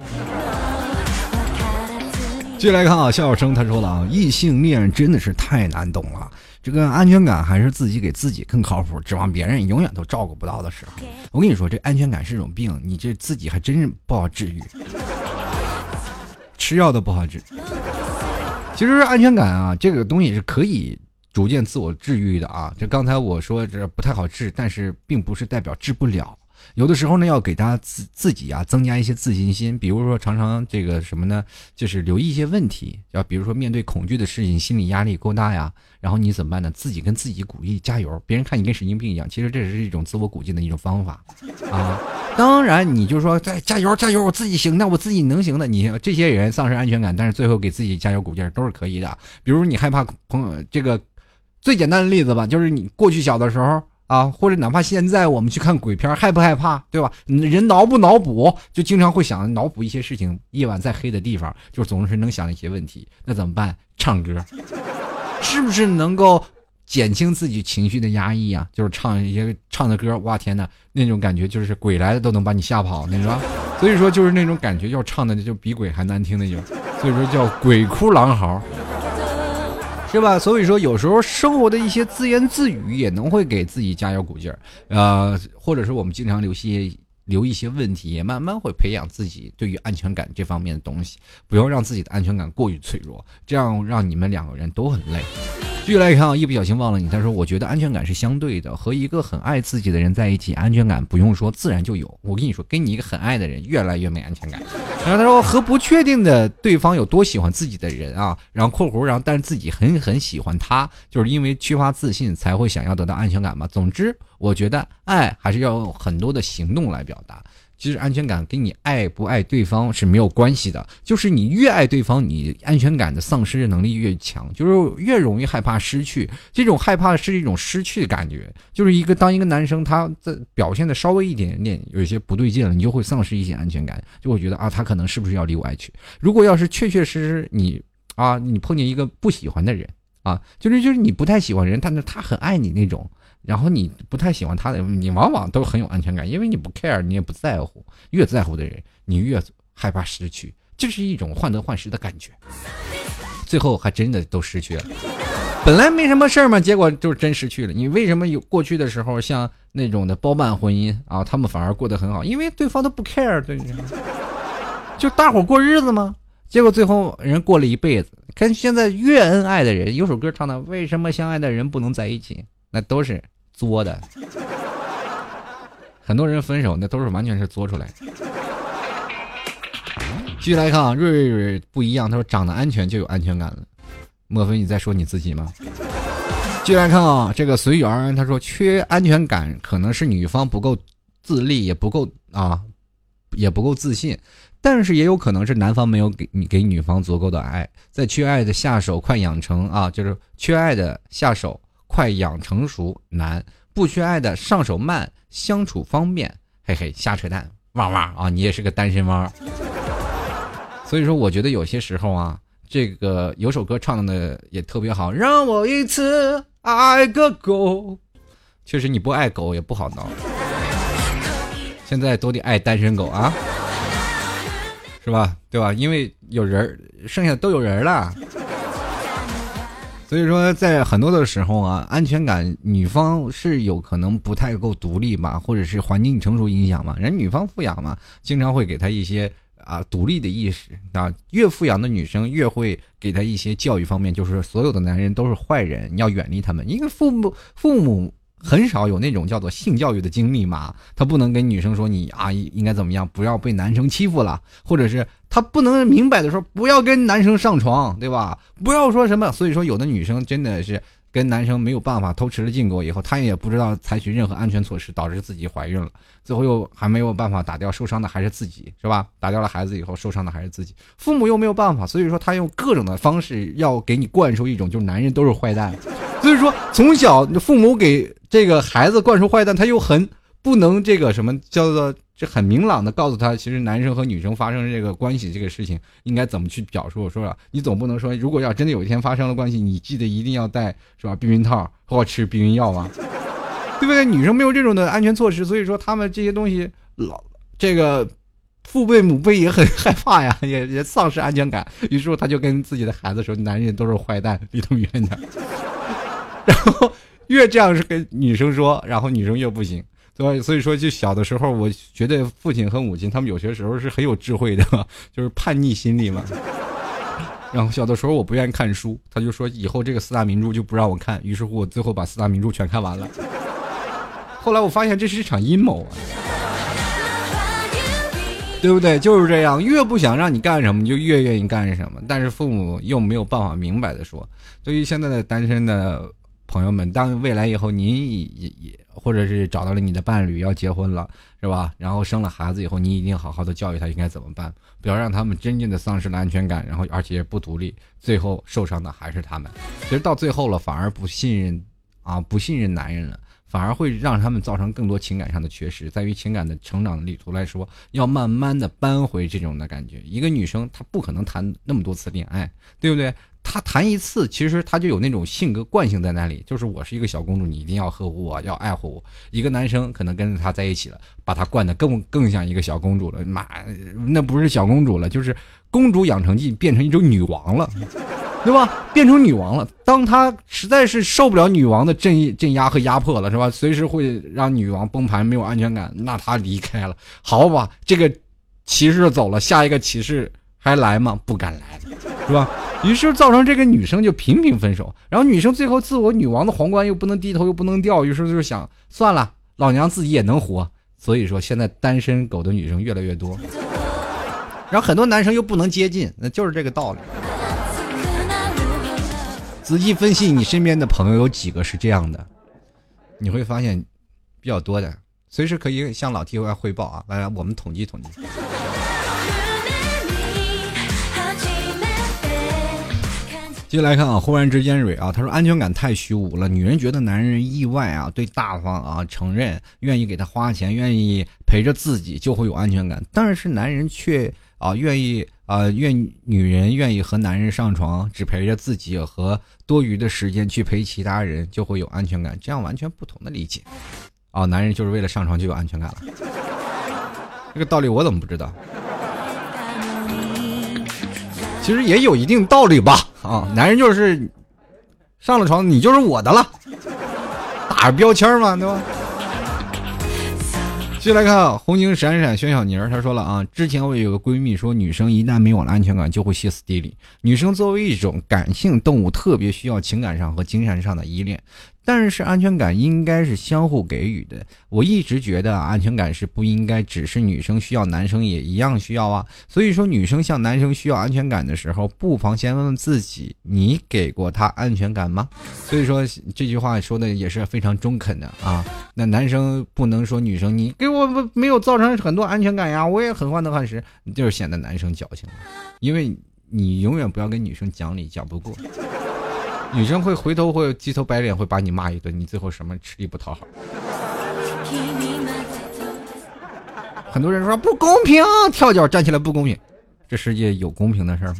接下来看啊，笑声他说了啊，异性恋真的是太难懂了。这个安全感还是自己给自己更靠谱，指望别人永远都照顾不到的时候。我跟你说，这安全感是种病，你这自己还真是不好治愈，吃药都不好治。其实安全感啊，这个东西是可以逐渐自我治愈的啊。这刚才我说这不太好治，但是并不是代表治不了。有的时候呢，要给他自己啊增加一些自信心，比如说常常这个什么呢，就是留意一些问题，要比如说面对恐惧的事情，心理压力够大呀，然后你怎么办呢？自己跟自己鼓励加油，别人看你跟神经病一样，其实这是一种自我鼓劲的一种方法啊。当然你就说加油加油，我自己行，那我自己能行的。你这些人丧失安全感，但是最后给自己加油鼓劲都是可以的。比如你害怕朋友，这个最简单的例子吧，就是你过去小的时候或者哪怕现在我们去看鬼片，害不害怕，对吧？人脑补，就经常会想脑补一些事情，夜晚在黑的地方，就总是能想一些问题，那怎么办？唱歌，是不是能够减轻自己情绪的压抑啊？就是唱的歌，哇天哪，那种感觉就是鬼来的都能把你吓跑，你说？所以说就是那种感觉，要唱的就比鬼还难听那种，所以说叫鬼哭狼嚎。是吧？所以说有时候生活的一些自言自语也能会给自己加油鼓劲儿，或者是我们经常留一些问题，也慢慢会培养自己对于安全感这方面的东西，不要让自己的安全感过于脆弱，这样让你们两个人都很累。继续来看啊，一不小心忘了你，他说我觉得安全感是相对的，和一个很爱自己的人在一起，安全感不用说自然就有。我跟你说，跟你一个很爱的人越来越没安全感。然后他说和不确定的对方有多喜欢自己的人啊，然后括弧，然后但是自己很喜欢他，就是因为缺乏自信才会想要得到安全感嘛。总之我觉得爱还是要用很多的行动来表达。其实安全感跟你爱不爱对方是没有关系的，就是你越爱对方，你安全感的丧失能力越强，就是越容易害怕失去。这种害怕是一种失去的感觉，就是当一个男生他在表现的稍微一点点有一些不对劲了，你就会丧失一些安全感，就会觉得他可能是不是要离我而去。如果要是确确实实你碰见一个不喜欢的人就是你不太喜欢人，但是他很爱你那种，然后你不太喜欢他的，你往往都很有安全感，因为你不 care， 你也不在乎，越在乎的人你越害怕失去，这是一种患得患失的感觉，最后还真的都失去了。本来没什么事嘛，结果就是真失去了。你为什么有过去的时候像那种的包办婚姻他们反而过得很好，因为对方都不 care， 对，就大伙过日子嘛，结果最后人过了一辈子。跟现在越恩爱的人，有首歌唱的为什么相爱的人不能在一起，那都是作的。很多人分手那都是完全是作出来的。继续来看瑞不一样，他说长得安全就有安全感了。莫非你在说你自己吗？继续来看这个随遇而安，他说缺安全感可能是女方不够自立，也不够自信，但是也有可能是男方没有给女方足够的爱，在缺爱的下手快养成就是缺爱的下手快养成熟难，不缺爱的上手慢相处方便，嘿嘿，瞎扯淡， 汪汪啊，你也是个单身汪。所以说我觉得有些时候啊，这个有首歌唱的也特别好，让我一次爱个够。确实你不爱狗也不好闹，现在都得爱单身狗啊，是吧？对吧？因为有人，剩下都有人了。所以说在很多的时候啊，安全感女方是有可能不太够独立嘛，或者是环境成熟影响嘛，人女方富养嘛，经常会给她一些独立的意识啊，越富养的女生越会给她一些教育方面，就是所有的男人都是坏人，你要远离他们。因为父母很少有那种叫做性教育的经历嘛，他不能跟女生说你应该怎么样，不要被男生欺负了，或者是他不能明摆的说不要跟男生上床，对吧？不要说什么。所以说有的女生真的是跟男生没有办法，偷吃了禁果以后，她也不知道采取任何安全措施，导致自己怀孕了，最后又还没有办法打掉，受伤的还是自己，是吧？打掉了孩子以后，受伤的还是自己，父母又没有办法，所以说他用各种的方式要给你灌输一种就是男人都是坏蛋。所以说从小父母给这个孩子灌输坏蛋，他又很不能这个什么叫做这很明朗的告诉他，其实男生和女生发生这个关系这个事情应该怎么去表述。我说你总不能说如果要真的有一天发生了关系，你记得一定要带是吧避孕套或吃避孕药啊，对不对？女生没有这种的安全措施，所以说他们这些东西这个父辈母辈也很害怕呀，也丧失安全感，于是他就跟自己的孩子说男人都是坏蛋，离他们远点。然后越这样是跟女生说，然后女生越不行。所以说就小的时候我觉得父亲和母亲他们有些时候是很有智慧的，就是叛逆心理嘛。然后小的时候我不愿意看书，他就说以后这个四大名著就不让我看，于是乎我最后把四大名著全看完了。后来我发现这是一场阴谋啊，对不对？就是这样，越不想让你干什么，你就越愿意干什么。但是父母又没有办法明白的说，对于现在的单身的朋友们，当未来以后你也或者是找到了你的伴侣要结婚了，是吧？然后生了孩子以后，你一定好好的教育他应该怎么办，不要让他们真正的丧失了安全感，然后而且不独立，最后受伤的还是他们。其实到最后了，反而不信任男人了，反而会让他们造成更多情感上的缺失。在于情感的成长的旅途来说，要慢慢的扳回这种的感觉。一个女生她不可能谈那么多次恋爱，对不对？她谈一次，其实她就有那种性格惯性在那里，就是我是一个小公主，你一定要呵护我，要爱护我。一个男生可能跟着她在一起了，把她惯得更像一个小公主了，那不是小公主了，就是公主养成记变成一种女王了，对吧？变成女王了，当她实在是受不了女王的镇压和压迫了，是吧？随时会让女王崩盘，没有安全感，那她离开了，好吧？这个骑士走了，下一个骑士还来吗？不敢来了，是吧？于是造成这个女生就频频分手，然后女生最后自我女王的皇冠又不能低头又不能掉，于是就是想算了，老娘自己也能活。所以说现在单身狗的女生越来越多，然后很多男生又不能接近，那就是这个道理。仔细分析你身边的朋友有几个是这样的，你会发现比较多的，随时可以向老 T 汇报啊！来，我们统计统计。接下来看啊，忽然之间蕊啊，他说安全感太虚无了，女人觉得男人意外啊，对大方啊，承认愿意给他花钱，愿意陪着自己就会有安全感，但是男人却女人愿意和男人上床，只陪着自己和多余的时间去陪其他人，就会有安全感，这样完全不同的理解啊！男人就是为了上床就有安全感了，这个道理我怎么不知道？其实也有一定道理吧啊！男人就是上了床，你就是我的了，打着标签嘛，对吧？接下来看红星闪闪轩小妮儿，她说了啊，之前我有个闺蜜说，女生一旦没有了安全感就会歇斯底里。女生作为一种感性动物，特别需要情感上和精神上的依恋，但是安全感应该是相互给予的。我一直觉得安全感是不应该只是女生需要，男生也一样需要啊。所以说女生向男生需要安全感的时候，不妨先问问自己，你给过他安全感吗？所以说这句话说的也是非常中肯的啊。那男生不能说女生你给我没有造成很多安全感呀，我也很患得患失，就是显得男生矫情了。因为你永远不要跟女生讲理，讲不过，女生会回头会鸡头白脸，会把你骂一顿，你最后什么吃力不讨好。 很多人说不公平，跳脚站起来不公平，这世界有公平的事吗？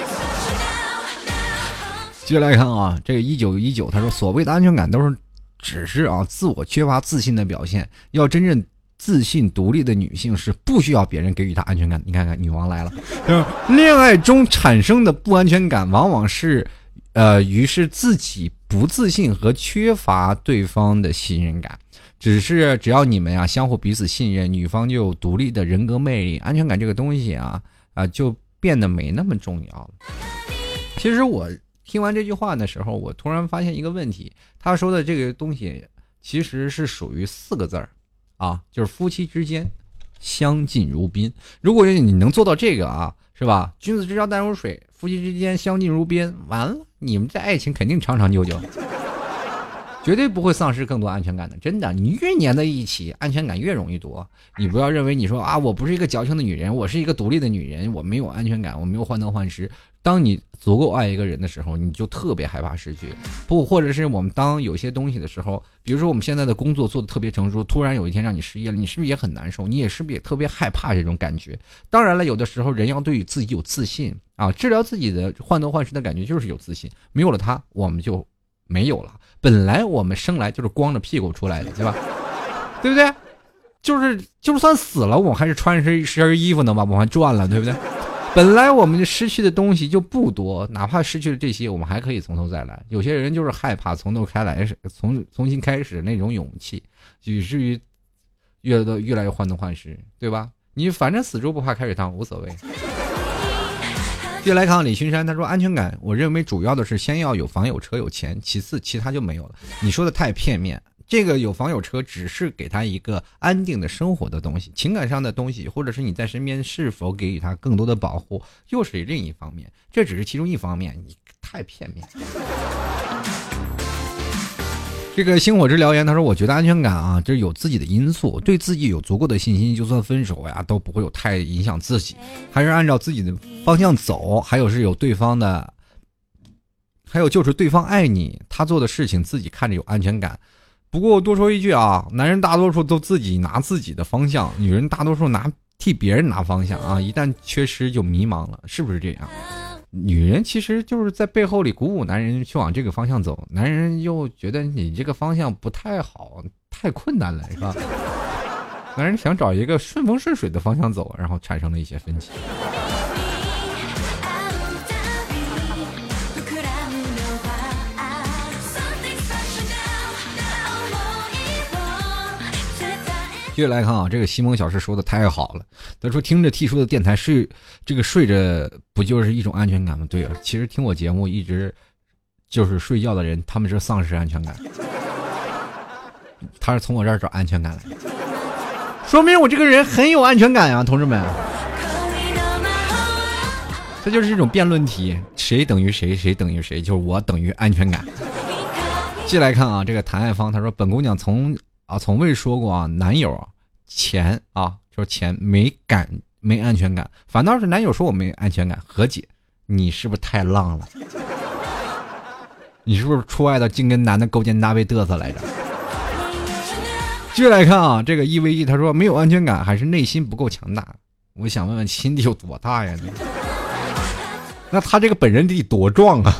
接下来看啊，这个1919他说，所谓的安全感都是只是自我缺乏自信的表现，要真正自信独立的女性是不需要别人给予她安全感。你看看女王来了，恋爱中产生的不安全感往往是于是自己不自信和缺乏对方的信任感，只要你们相互彼此信任，女方就有独立的人格魅力，安全感这个东西就变得没那么重要了。其实我听完这句话的时候，我突然发现一个问题，他说的这个东西其实是属于4个字儿就是夫妻之间相敬如宾。如果你能做到这个是吧？君子之交淡如水，夫妻之间相敬如宾，完了，你们这爱情肯定长长久久，绝对不会丧失更多安全感的。真的，你越黏在一起，安全感越容易多。你不要认为你说我不是一个矫情的女人，我是一个独立的女人，我没有安全感，我没有患得患失。当你足够爱一个人的时候，你就特别害怕失去。或者是我们当有些东西的时候，比如说我们现在的工作做得特别成熟，突然有一天让你失业了，你是不是也很难受？你也是不是也特别害怕这种感觉？当然了，有的时候人要对于自己有自信治疗自己的患得患失的感觉就是有自信，没有了它我们就没有了。本来我们生来就是光着屁股出来的，对吧？对不对？就算死了，我们还是穿一身衣服能把我们赚了，对不对？本来我们失去的东西就不多，哪怕失去了这些，我们还可以从头再来。有些人就是害怕从头重新开始那种勇气，以至于越来越患得患失，对吧？你反正死猪不怕开水烫，无所谓。接来看李勋山，他说安全感，我认为主要的是先要有房有车有钱，其次其他就没有了。你说的太片面。这个有房有车只是给他一个安定的生活的东西，情感上的东西，或者是你在身边是否给予他更多的保护，又是另一方面，这只是其中一方面，你太片面。这个星火之燎原他说，我觉得安全感这是有自己的因素，对自己有足够的信心，就算分手都不会有太影响自己，还是按照自己的方向走，还有是有对方的，还有就是对方爱你，他做的事情自己看着有安全感。不过我多说一句男人大多数都自己拿自己的方向，女人大多数替别人拿方向一旦缺失就迷茫了，是不是这样？女人其实就是在背后里鼓舞男人去往这个方向走，男人又觉得你这个方向不太好，太困难了，是吧？男人想找一个顺风顺水的方向走，然后产生了一些分歧。接着来看这个西蒙小师说的太好了，他说听着 T 叔的电台睡着不就是一种安全感吗？对其实听我节目一直就是睡觉的人，他们是丧失安全感，他是从我这儿找安全感来，说明我这个人很有安全感同志们。这就是一种辩论题，谁等于谁，谁等于谁，就是我等于安全感。接来看这个谭爱芳，他说本姑娘从未说过男友钱说钱没安全感，反倒是男友说我没安全感。何姐，你是不是太浪了？你是不是出外头净跟男的勾肩搭背嘚瑟来着？接着来看这个 EVE 他说没有安全感还是内心不够强大。我想问问心得有多大呀？那他这个本人得多壮啊！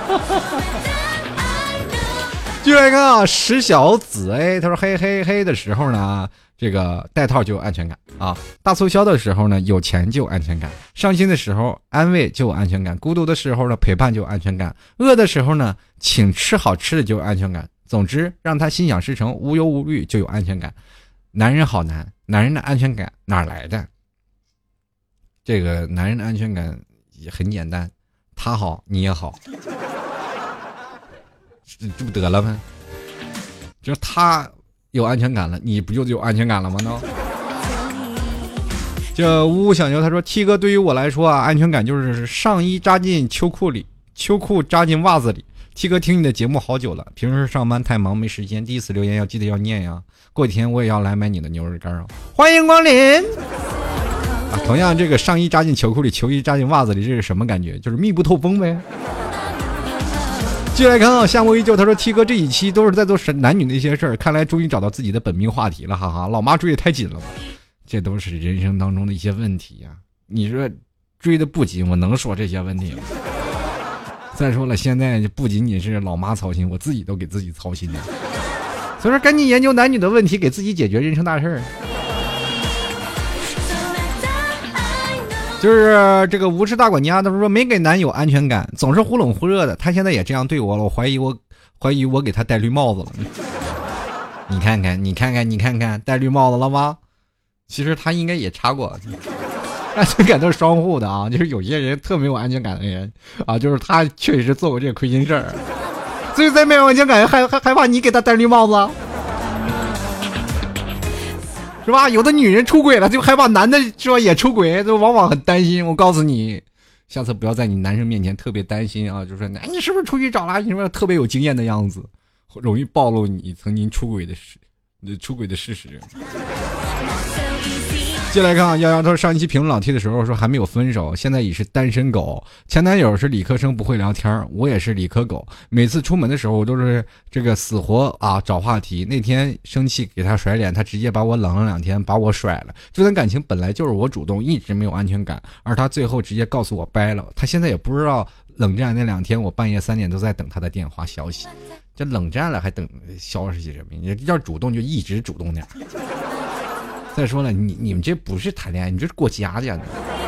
就来看石小子他说嘿嘿嘿的时候呢，这个带套就有安全感大促销的时候呢，有钱就有安全感，伤心的时候安慰就有安全感，孤独的时候呢陪伴就有安全感，饿的时候呢请吃好吃的就有安全感。总之让他心想事成，无忧无虑就有安全感。男人好难，男人的安全感哪来的？这个男人的安全感也很简单，他好你也好，这不得了吗？就是他有安全感了，你不就有安全感了吗？这呜小牛他说 T 哥对于我来说安全感就是上衣扎进秋裤里，秋裤扎进袜子里。T 哥听你的节目好久了，平时上班太忙没时间，第一次留言要记得要念呀。过几天我也要来买你的牛肉干欢迎光临。同样这个上衣扎进秋裤里，秋衣扎进袜子里，这是什么感觉？就是密不透风呗。继续来看夏目依旧，他说 T 哥这一期都是在做男女的一些事儿，看来终于找到自己的本命话题了，哈哈，老妈追也太紧了吧。 这都是人生当中的一些问题呀。你说追的不紧，我能说这些问题吗？再说了，现在不仅仅是老妈操心，我自己都给自己操心了。所以说，赶紧研究男女的问题，给自己解决人生大事儿。就是这个无耻大管家，他说没给男友安全感，总是忽冷忽热的。他现在也这样对我了，我怀疑我给他戴绿帽子了。你看看，戴绿帽子了吗？其实他应该也插过。安全感都是双互的啊，就是有些人特没有安全感的人啊，就是他确实做过这个亏心事儿，所以在没有安全感害怕你给他戴绿帽子。是吧？有的女人出轨了，就害怕男的是吧也出轨，就往往很担心。我告诉你，下次不要在你男生面前特别担心啊，就说你是不是出去找了？你是不是特别有经验的样子，容易暴露你曾经出轨的事实。接下来看啊，瑶瑶说上一期评论老 T 的时候说还没有分手，现在已是单身狗。前男友是理科生，不会聊天，我也是理科狗。每次出门的时候，我都是这个死活啊找话题。那天生气给他甩脸，他直接把我冷了2天，把我甩了。这段感情本来就是我主动，一直没有安全感，而他最后直接告诉我掰了。他现在也不知道冷战那2天，我半夜3点都在等他的电话消息。这冷战了还等消息什么？你要主动就一直主动点。再说了，你们这不是谈恋爱，你这是过家家的。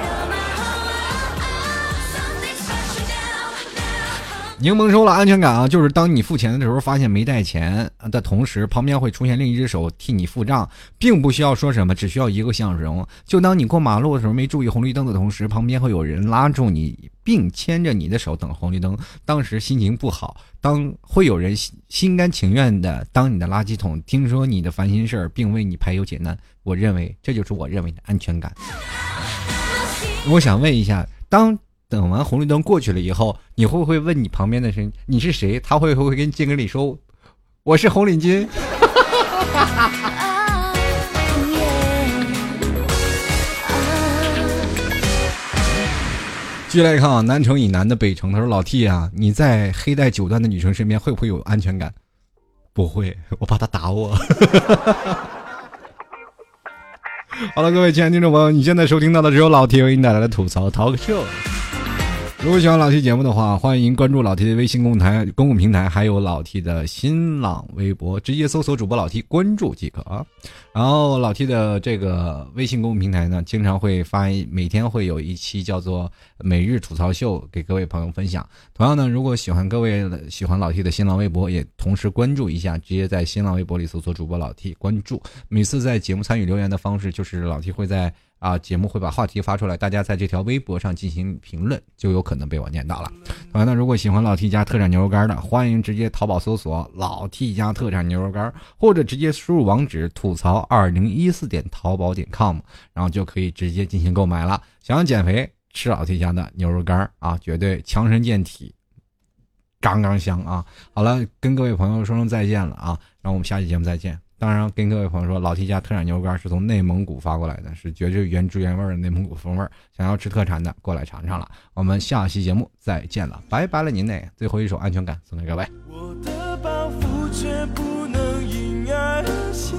柠檬说了，安全感啊，就是当你付钱的时候发现没带钱的同时，旁边会出现另一只手替你付账，并不需要说什么，只需要一个笑容。就当你过马路的时候没注意红绿灯的同时，旁边会有人拉住你并牵着你的手等红绿灯，当时心情不好，当会有人心甘情愿的当你的垃圾桶，听说你的烦心事儿并为你排忧解难。我认为这就是我认为的安全感。我想问一下，等完红绿灯过去了以后，你会不会问你旁边的人你是谁？他会不会跟经理说我是红领巾？继续来看啊，南城以南的北城，他说老 T 啊，你在黑带9段的女生身边会不会有安全感？不会，我怕她打我。好了，各位亲爱的听众朋友，你现在收听到的只有老 T 为你带来的吐槽 Talk Show。如果喜欢老 T 节目的话，欢迎关注老 T 的微信公共平台，还有老 T 的新浪微博，直接搜索主播老 T 关注即可啊。然后老 T 的这个微信公共平台呢，经常会每天会有一期叫做每日吐槽秀给各位朋友分享。同样呢，如果喜欢老 T 的新浪微博，也同时关注一下，直接在新浪微博里搜索主播老 T 关注。每次在节目参与留言的方式就是老 T 会在节目会把话题发出来，大家在这条微博上进行评论，就有可能被我念到了。同样呢，如果喜欢老 T 家特产牛肉干的，欢迎直接淘宝搜索老 T 家特产牛肉干，或者直接输入网址吐槽2014.淘宝.com， 然后就可以直接进行购买了。想要减肥，吃老 T 家的牛肉干啊，绝对强身健体，刚刚香啊！好了，跟各位朋友说声再见了啊，然后我们下期节目再见。当然跟各位朋友说，老 T 家特产牛肉干是从内蒙古发过来的，是绝对原汁原味的内蒙古风味，想要吃特产的过来尝尝了。我们下期节目再见了，拜拜了您嘞！最后一首安全感送给各位。 我的抱负却不能因爱而懈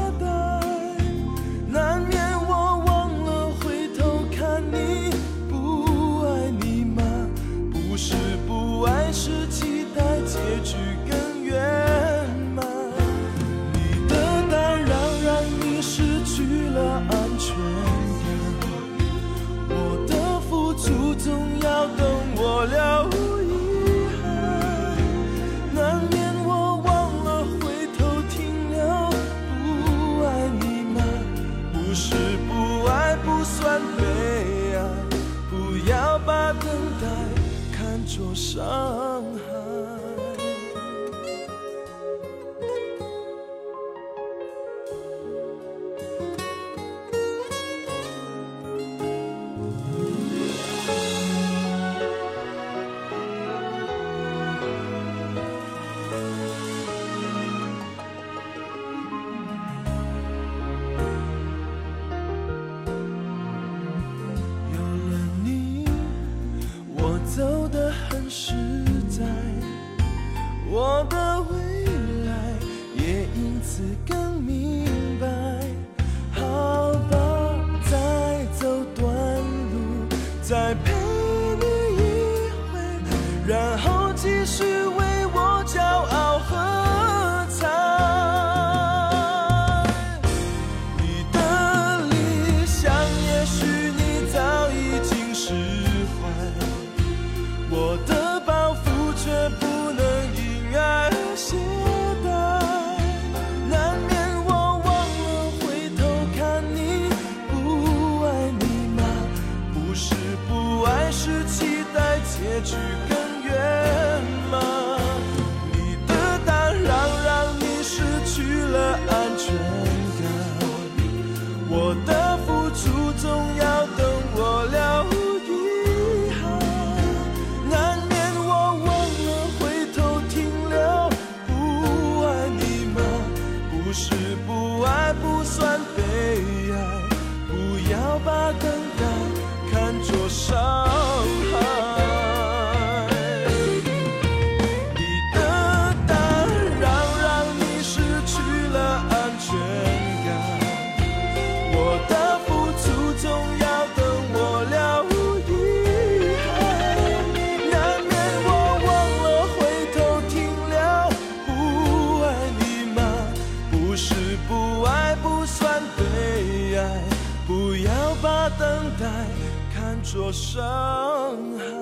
怠，难免我忘了回头看你，不爱你吗？不是不爱，是期待结局更圆满。你的淡然让你失去了安全感，我的付出总要等我了无遗憾，难免我忘了回头停留，不爱你吗？不是不爱不算悲哀，不要把等待看作伤害。有了你，我走得很实在， 再陪你一回，然后继续为我骄傲喝彩。你的理想也许你早已经释怀，我的抱负却不能因爱而懈怠，难免我忘了回头看你，不爱你吗？不是不爱，是期待结局更圆满。你的大让你失去了安全感，我的付出总要等我了遗憾，难免我忘了回头停留。不爱你吗？不是不爱，不算悲哀，不要把等待看作伤害。你的大让你失去了安全感，我的付出总要等我了遗憾，难免我忘了回头停留。不爱你吗？不是不爱，不算悲哀，不要把等待看作伤害。